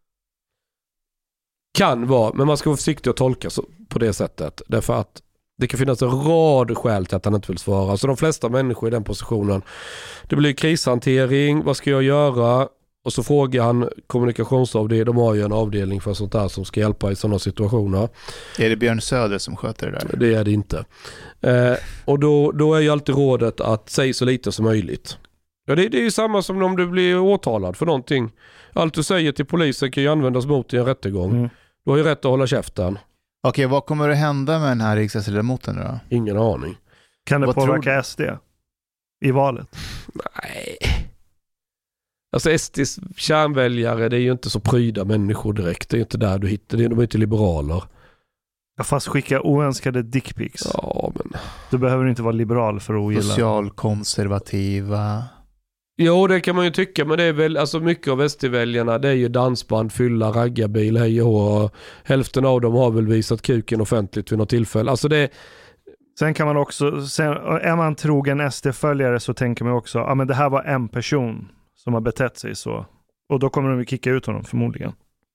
Kan vara, men man ska vara försiktig att tolka så, på det sättet. Därför att det kan finnas en rad skäl till att han inte vill svara. Så de flesta människor i den positionen, det blir krishantering, vad ska jag göra? Och så frågar han kommunikationsavdelningen, de har ju en avdelning för sånt där som ska hjälpa i sådana situationer. Är det Björn Söder som sköter det där? Det är det inte. Eh, och då, då är ju alltid rådet att säga så lite som möjligt. Ja, det, det är ju samma som om du blir åtalad för någonting. Allt du säger till polisen kan ju användas mot i en rättegång. Mm. Du har ju rätt att hålla käften. Okej, vad kommer att hända med den här riksdagsledamoten då? Ingen aning. Kan det vad påverka S D i valet? Nej. Alltså S D:s kärnväljare, det är ju inte så pryda människor direkt. Det är ju inte där du hittar det. De är inte liberaler. Ja, fast skicka oönskade dickpics. Ja, men... Du behöver inte vara liberal för att ogilla. Socialkonservativa. Jo, det kan man ju tycka, men det är väl, alltså mycket av S D-väljarna, det är ju dansband, fylla, raggarbil, hej och hå. Hälften av dem har väl visat kuken offentligt vid något tillfälle. Alltså det... Sen kan man också, sen, är man trogen S D-följare så tänker man också, ja ah, men det här var en person som har betett sig så. Och då kommer de ju kicka ut honom förmodligen.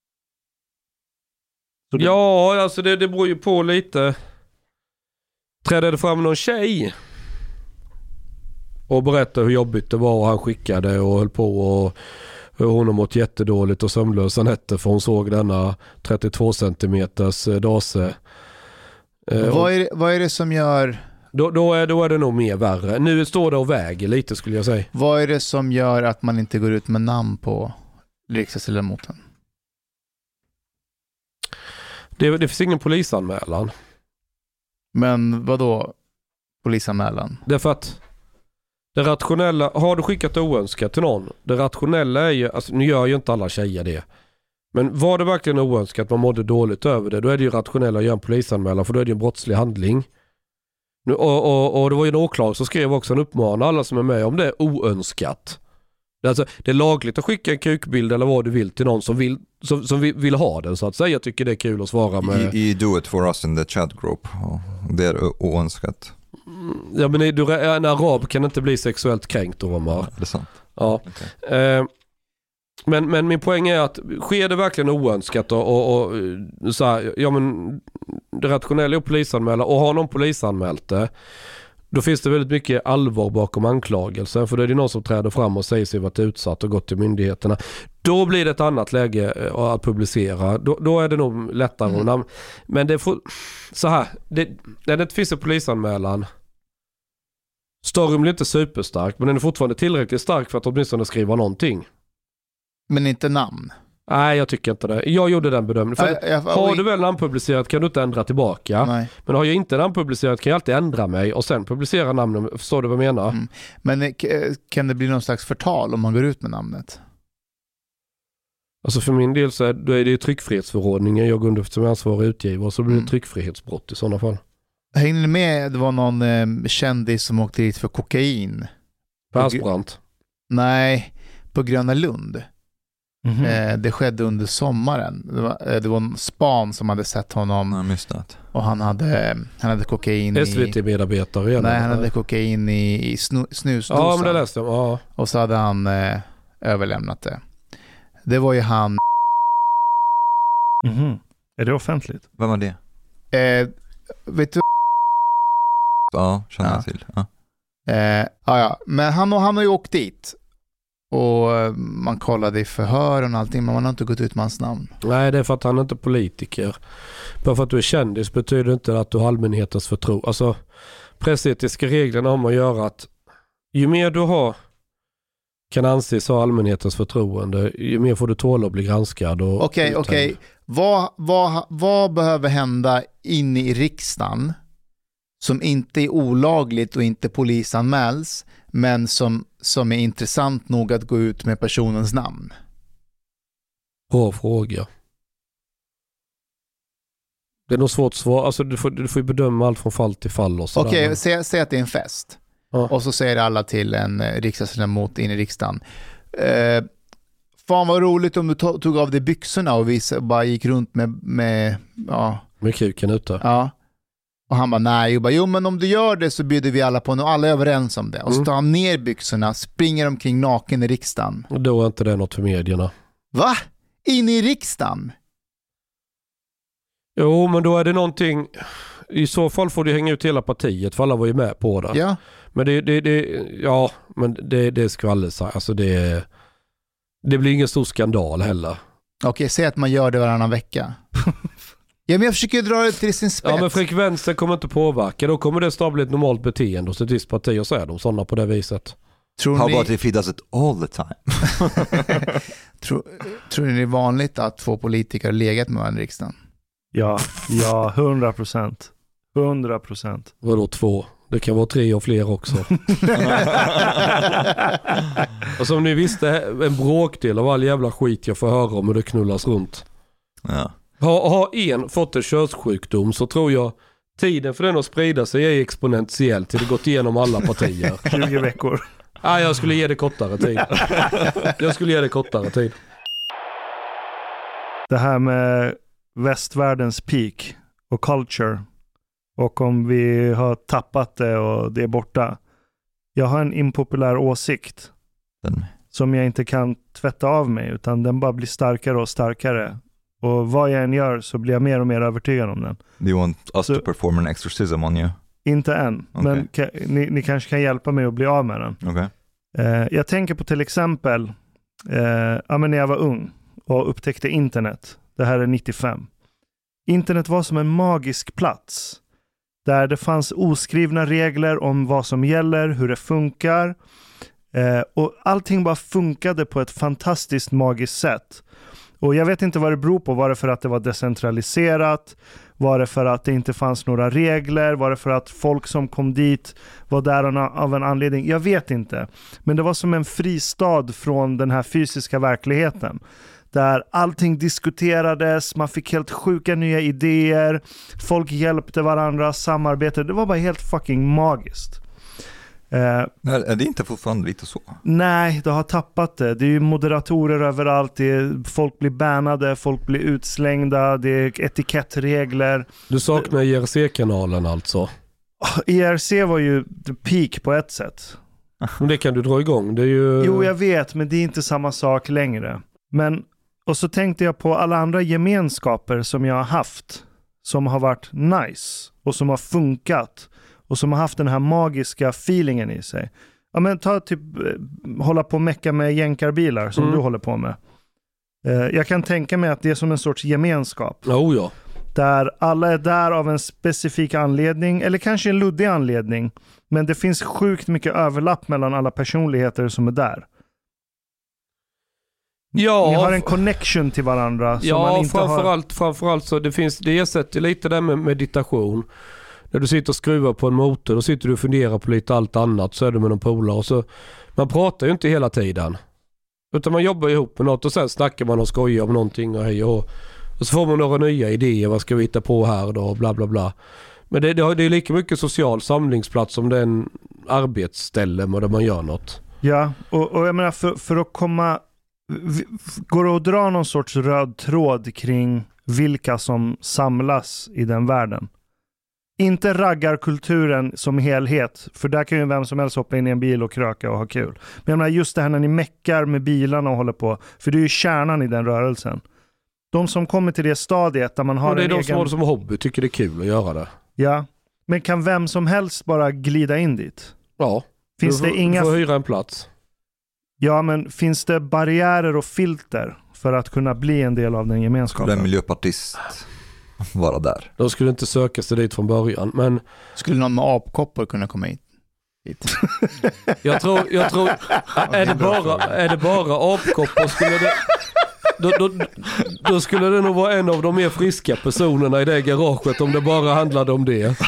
Det... Ja, alltså det, det beror ju på lite. Trädde det fram någon tjej och berättade hur jobbigt det var och han skickade och höll på och hur hon har mått jättedåligt och sömnlösa nätter för hon såg denna trettiotvå centimeters dase. Vad är, vad är det som gör... Då, då, är, då är det nog mer värre. Nu står det och väger lite skulle jag säga. Vad är det som gör att man inte går ut med namn på riksdagsledamoten? Det, det finns ingen polisanmälan. Men vad då polisanmälan? Därför att det rationella, har du skickat oönskat till någon? Det rationella är ju, alltså nu gör ju inte alla tjejer det. Men var det verkligen oönskat, man mådde dåligt över det, då är det ju rationellt att göra en polisanmälan, för då är det ju en brottslig handling. Nu, och, och, och det var ju en åklagare som skrev också en uppmaning alla som är med om det är oönskat. Det är, alltså, det är lagligt att skicka en kukbild eller vad du vill till någon som vill, som, som vill, vill ha den, så att säga. Jag tycker det är kul att svara med. You, you do it for us in the chat group. Det är oönskat. Ja, men du, en arab kan inte bli sexuellt kränkt, Omar. Det är sant. Ja. Okay. Eh, Men, men min poäng är att sker det verkligen oönskat och, och, och så här, ja men det rationella är att polisanmäla och har någon polisanmält det, då finns det väldigt mycket allvar bakom anklagelsen, för då är det någon som träder fram och säger sig varit utsatt och gått till myndigheterna. Då blir det ett annat läge att publicera. Då, då är det nog lättare. Mm. Men det får, så här, det, när det inte finns en polisanmälan, storyn blir inte superstark, men den är fortfarande tillräckligt stark för att åtminstone skriva någonting. Men inte namn? Nej, jag tycker inte det. Jag gjorde den bedömningen. För jag, jag, har du väl namnpublicerat kan du inte ändra tillbaka. Nej. Men har jag inte namnpublicerat kan jag alltid ändra mig och sen publicera namnen. Förstår du vad jag menar? Mm. Men kan det bli någon slags förtal om man går ut med namnet? Alltså för min del så är, då är det ju tryckfrihetsförordningen jag går under som ansvarig utgivare, så blir det mm. tryckfrihetsbrott i sådana fall. Hängde ni med? Det var någon eh, kändis som åkte dit för kokain. Persbrandt? Nej, på Gröna Lund. Mm-hmm. Eh, det skedde under sommaren. Det var, eh, det var en span som hade sett honom. Jag missat. Och han hade, han hade kokain i... S V T-medarbetare redan. Nej, han hade kokain i, i snu, snusdosan. Ja, men det läste jag. Ja. Och så hade han eh, överlämnat det. Det var ju han... Mm-hmm. Är det offentligt? Vad var det? Eh, vet du... Ja, känner jag ja. till. Ja. Eh, ja, ja. Men han, han har ju åkt dit. Och man kollade i förhören och allting, men man har inte gått ut med hans namn. Nej, det är för att han inte är politiker. Bara för att du är kändis betyder inte att du har allmänhetens förtroende. Alltså, pressetiska reglerna om att göra att ju mer du har kan anses ha allmänhetens förtroende, ju mer får du tåla att bli granskad. Okej, okej. Okay, okay. vad, vad, vad behöver hända inne i riksdagen som inte är olagligt och inte polisanmäls, men som, som är intressant nog att gå ut med personens namn? Bra fråga. Det är nog svårt att svara. Alltså, du, får, du får ju bedöma allt från fall till fall. Okej, okay, säg, säg att det är en fest. Ja. Och så säger alla till en riksdagsledamot in i riksdagen. Eh, fan vad roligt om du to- tog av dig byxorna och vi bara gick runt med... Med, ja. med kuken ute. Ja. Och han bara nej, och bara, jo men om du gör det så bjuder vi alla på och alla är överens om det. Och så tar han ner byxorna, springer omkring naken i riksdagen. Och då är inte det något för medierna. Va? In i riksdagen? Jo, men då är det någonting... I så fall får du hänga ut hela partiet, för alla var ju med på det. Ja. Men det, det, det ja, men det, det är skvallers. Alltså det, det blir ingen stor skandal heller. Okej, säg att man gör det varannan vecka. Ja, men jag försöker dra det till sin spets. Ja, men frekvensen kommer inte påverka. Då kommer det snart bli ett normalt beteende hos ett visst parti och så är de sådana på det viset. Tror How ni... about if he does it all the time? tror, tror ni det är vanligt att få politiker legat med varandra i riksdagen? Ja, ja, hundra procent. Hundra procent. Vadå två? Det kan vara tre och fler också. Och som ni visste, en bråkdel av all jävla skit jag får höra om hur det knullas runt. Ja. Har, har en fått en könssjukdom så tror jag tiden för den att sprida sig är exponentiellt till det gått igenom alla partier. tjugo veckor. Nej, jag skulle ge det kortare tid. Jag skulle ge det kortare tid. Det här med västvärldens peak och culture, och om vi har tappat det och det är borta. Jag har en impopulär åsikt den. som jag inte kan tvätta av mig, utan den bara blir starkare och starkare. Och vad jag än gör så blir jag mer och mer övertygad om den. Do you want us så, to perform an exorcism on you? Inte än, okay. Men ka, ni, ni kanske kan hjälpa mig att bli av med den. Okay. Eh, jag tänker på till exempel eh, ja, men när jag var ung och upptäckte internet. Det här är nittiofem. Internet var som en magisk plats där det fanns oskrivna regler om vad som gäller, hur det funkar. Eh, och allting bara funkade på ett fantastiskt magiskt sätt. Och jag vet inte vad det beror på. Var det för att det var decentraliserat? Var det för att det inte fanns några regler? Var det för att folk som kom dit var där av en anledning? Jag vet inte. Men det var som en fristad från den här fysiska verkligheten. Där allting diskuterades, man fick helt sjuka nya idéer, folk hjälpte varandra, samarbete. Det var bara helt fucking magiskt. Uh, är det inte fortfarande lite så? Nej, det har tappat det. Det är ju moderatorer överallt. Det är, folk blir bannade, folk blir utslängda. Det är etikettregler. Du saknar I R C-kanalen alltså? I R C var ju the peak på ett sätt. Men det kan du dra igång. Det är ju... Jo, jag vet, men det är inte samma sak längre. Men, och så tänkte jag på alla andra gemenskaper som jag har haft. Som har varit nice. Och som har funkat. Och som har haft den här magiska feelingen i sig. Ja, men ta typ hålla på och mecka med jänkarbilar som mm. du håller på med. Uh, jag kan tänka mig att det är som en sorts gemenskap. Oh, ja. Där alla är där av en specifik anledning. Eller kanske en luddig anledning. Men det finns sjukt mycket överlapp mellan alla personligheter som är där. Ja, ni har en connection till varandra. Som ja, man inte framförallt, har... framförallt så det finns, det ersätter lite där med meditation. När du sitter och skruvar på en motor, då sitter du och funderar på lite allt annat, så är du med någon polare. Och så, man pratar ju inte hela tiden. Utan man jobbar ihop med något och sen snackar man och skojar om någonting och hej och, och så får man några nya idéer, vad ska vi hitta på här då, bla bla bla. Men det, det, det är lika mycket social samlingsplats som det är en arbetsställe där man gör något. Ja, och, och jag menar för, för att komma... Går det att dra någon sorts röd tråd kring vilka som samlas i den världen? Inte raggarkulturen som helhet, för där kan ju vem som helst hoppa in i en bil och kröka och ha kul. Men jag menar just det här när ni meckar med bilarna och håller på, för det är ju kärnan i den rörelsen. De som kommer till det stadiet där man har och det är en de egen... som har det som hobby, tycker det är kul att göra det. Ja, men kan vem som helst bara glida in dit? Ja, finns du det inga... får hyra en plats. Ja, men finns det barriärer och filter för att kunna bli en del av den gemenskapen? Skulle en miljöpartist vara där? De skulle inte söka sig dit från början, men... Skulle någon med apkoppor kunna komma hit? jag tror, jag tror är, det bara, är det bara apkoppor skulle det... Då, då, då skulle det nog vara en av de mer friska personerna i det garaget om det bara handlade om det.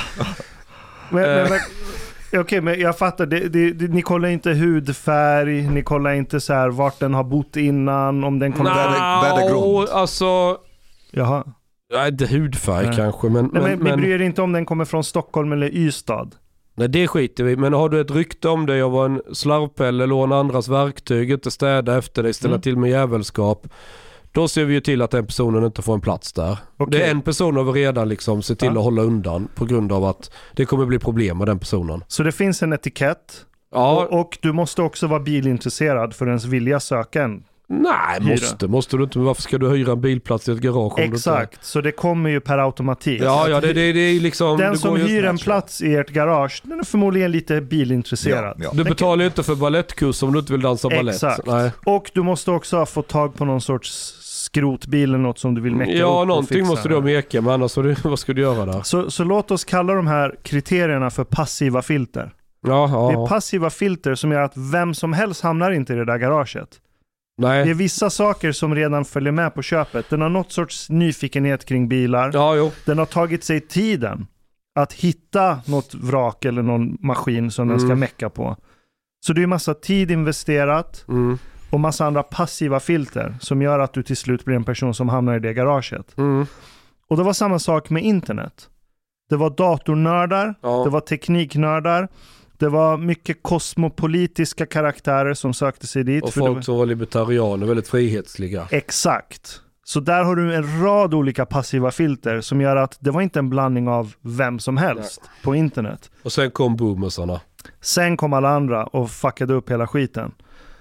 Men, men, men, Okej, okay, men jag fattar. Det, det, det, ni kollar inte hudfärg, ni kollar inte så här vart den har bott innan, om den kommer... Nej, alltså... Jaha. Ja, inte hudfärg nej. kanske, men... Nej, men, men vi bryr inte om den kommer från Stockholm eller Ystad. Nej, det skiter vi. Men har du ett rykte om dig, jag var en slarvpelle, låna andras verktyg, inte städa efter dig, ställa mm. till med jävelskap. Då ser vi ju till att den personen inte får en plats där. Okay. Det är en person över redan liksom ser till ja. att hålla undan på grund av att det kommer bli problem med den personen. Så det finns en etikett ja. och, och du måste också vara bilintresserad för ens vilja söka en. Nej, måste, måste du inte. Men varför ska du hyra en bilplats i ett garage? Exakt, inte... så det kommer ju per automatik. Ja, ja det, det, det är liksom... Den det som hyr en plats i ert garage, den är förmodligen lite bilintresserad. Ja, ja. Du betalar ju inte för ballettkurs om du inte vill dansa balett. Exakt, nej. Och du måste också ha fått tag på någon sorts skrotbil eller något som du vill mecka ja, upp någonting måste du ha meka, men annars vad ska du göra där? Så, så låt oss kalla de här kriterierna för passiva filter. Ja, ja. Det är passiva filter som gör att vem som helst hamnar inte i det där garaget. Nej. Det är vissa saker som redan följer med på köpet. Den har något sorts nyfikenhet kring bilar. Ja, jo. Den har tagit sig tiden att hitta något vrak eller någon maskin som mm. den ska mecka på. Så det är massa tid investerat mm. och massa andra passiva filter som gör att du till slut blir en person som hamnar i det garaget. Mm. Och det var samma sak med internet. Det var datornördar, ja. det var tekniknördar. Det var mycket kosmopolitiska karaktärer som sökte sig dit. Och för folk var... som var libertarianer, väldigt frihetsliga. Exakt. Så där har du en rad olika passiva filter som gör att det var inte en blandning av vem som helst Nej. på internet. Och sen kom boomersarna. Sen kom alla andra och fuckade upp hela skiten.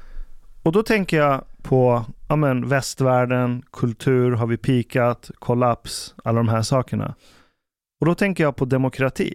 Och då tänker jag på ja men, västvärlden, kultur, har vi pikat, kollaps, alla de här sakerna. Och då tänker jag på demokrati.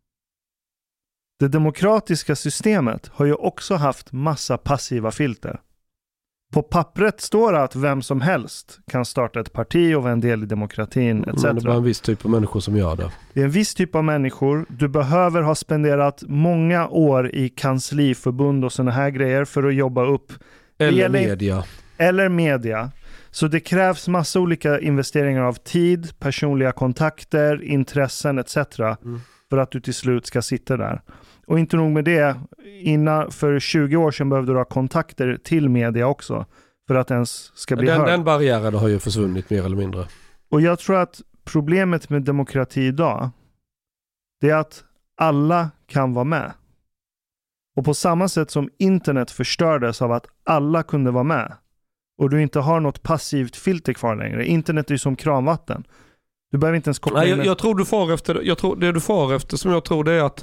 Det demokratiska systemet har ju också haft massa passiva filter. På pappret står det att vem som helst kan starta ett parti och vara en del i demokratin et cetera. Men det är bara en viss typ av människor som gör det. Det är en viss typ av människor. Du behöver ha spenderat många år i kansliförbund och såna här grejer för att jobba upp. Eller gäller... media. Eller media. Så det krävs massa olika investeringar av tid, personliga kontakter, intressen et cetera. Mm. För att du till slut ska sitta där. Och inte nog med det, innan, för tjugo år sedan behövde du ha kontakter till media också. För att ens ska bli den, hörd. Den barriären har ju försvunnit mer eller mindre. Och jag tror att problemet med demokrati idag, det är att alla kan vara med. Och på samma sätt som internet förstördes av att alla kunde vara med. Och du inte har något passivt filter kvar längre. Internet är ju som kranvatten. Du behöver inte ens koppla Nej, in... jag, jag tror du far efter, jag tror, det du far efter som jag tror det är att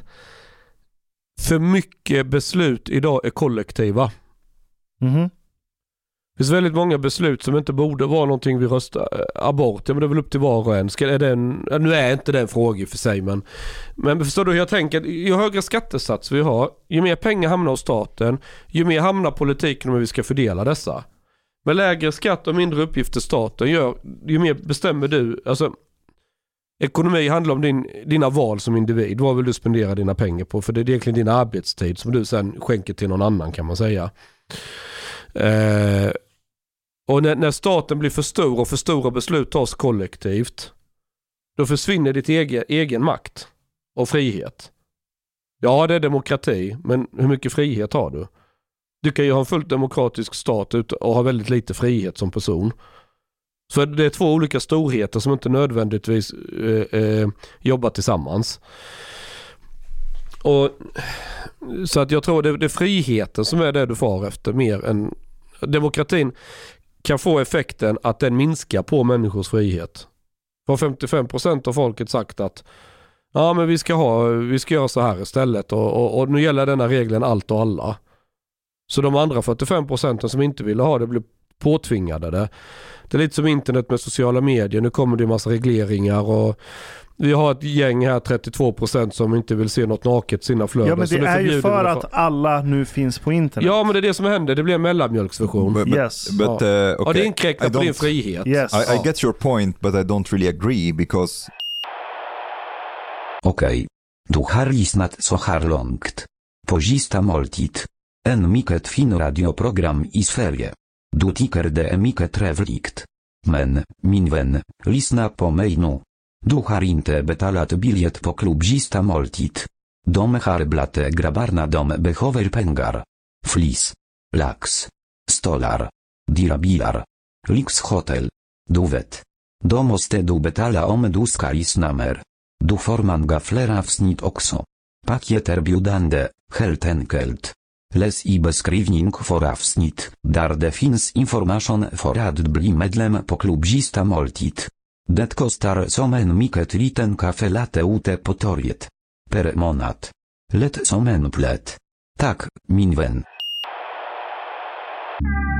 för mycket beslut idag är kollektiva. Mhm. Det finns väldigt många beslut som inte borde vara någonting vi röstar. Abort, ja, men det är väl upp till var och en. Ska, är det en, nu är inte det en fråga för sig, men, men förstår du hur jag tänker? Ju högre skattesats vi har, ju mer pengar hamnar hos staten, ju mer hamnar politiken om hur vi ska fördela dessa. Med lägre skatt och mindre uppgifter staten gör, ju mer bestämmer du. Alltså, ekonomi handlar om din, dina val som individ. Vad vill du spendera dina pengar på? För det är egentligen din arbetstid som du sen skänker till någon annan, kan man säga. Eh, och när, när staten blir för stor och för stora beslut tas kollektivt, då försvinner ditt egen, egen makt och frihet. Ja, det är demokrati, men hur mycket frihet har du? Du kan ju ha en fullt demokratisk stat och ha väldigt lite frihet som person. Så det är två olika storheter som inte nödvändigtvis eh, eh, jobbar tillsammans. Och, så att jag tror det, det är friheten som är det du far efter mer än demokratin kan få effekten att den minskar på människors frihet. För femtiofem procent av folket sagt att ja, men vi ska ha vi ska göra så här istället och, och, och nu gäller denna regeln allt och alla. Så de andra fyrtiofem procenten som inte ville ha det blir påtvingade det. Det är lite som internet med sociala medier. Nu kommer det en massa regleringar och vi har ett gäng här, trettiotvå procent som inte vill se något naket sina flöden. Ja, men det, det är ju för för... att alla nu finns på internet. Ja, men det är det som händer. Det blir en mellanmjölksversion. But, but, Yes. but, uh, okay. Ja, det inkräktar på din frihet. Yes. I, I Ja. get your point, but I don't really agree because... Okej. Du har lyssnat så här långt. På sista måltid. En mycket fin radioprogram i Sverige. Du tycker det är mycket trevligt. Men, min vän, lyssna på mig nu. Du har inte betalat biljett på klubb sista måltid. De har blate grabbarna de behöver pengar. Flis. Lax. Stolar. Dirabilar. Lyxhotel. Du vet. Då måste du betala om du ska lyssna mer. Du får många fler avsnitt också. Paket erbjudande, helt enkelt. Läs i beskrivning för avsnitt, där det finns information för att bli medlem på klubb sista måltid. Det kostar som en mycket liten kaffe latte ute på torget. Per månad. Lätt som en plätt. Tack, min vän.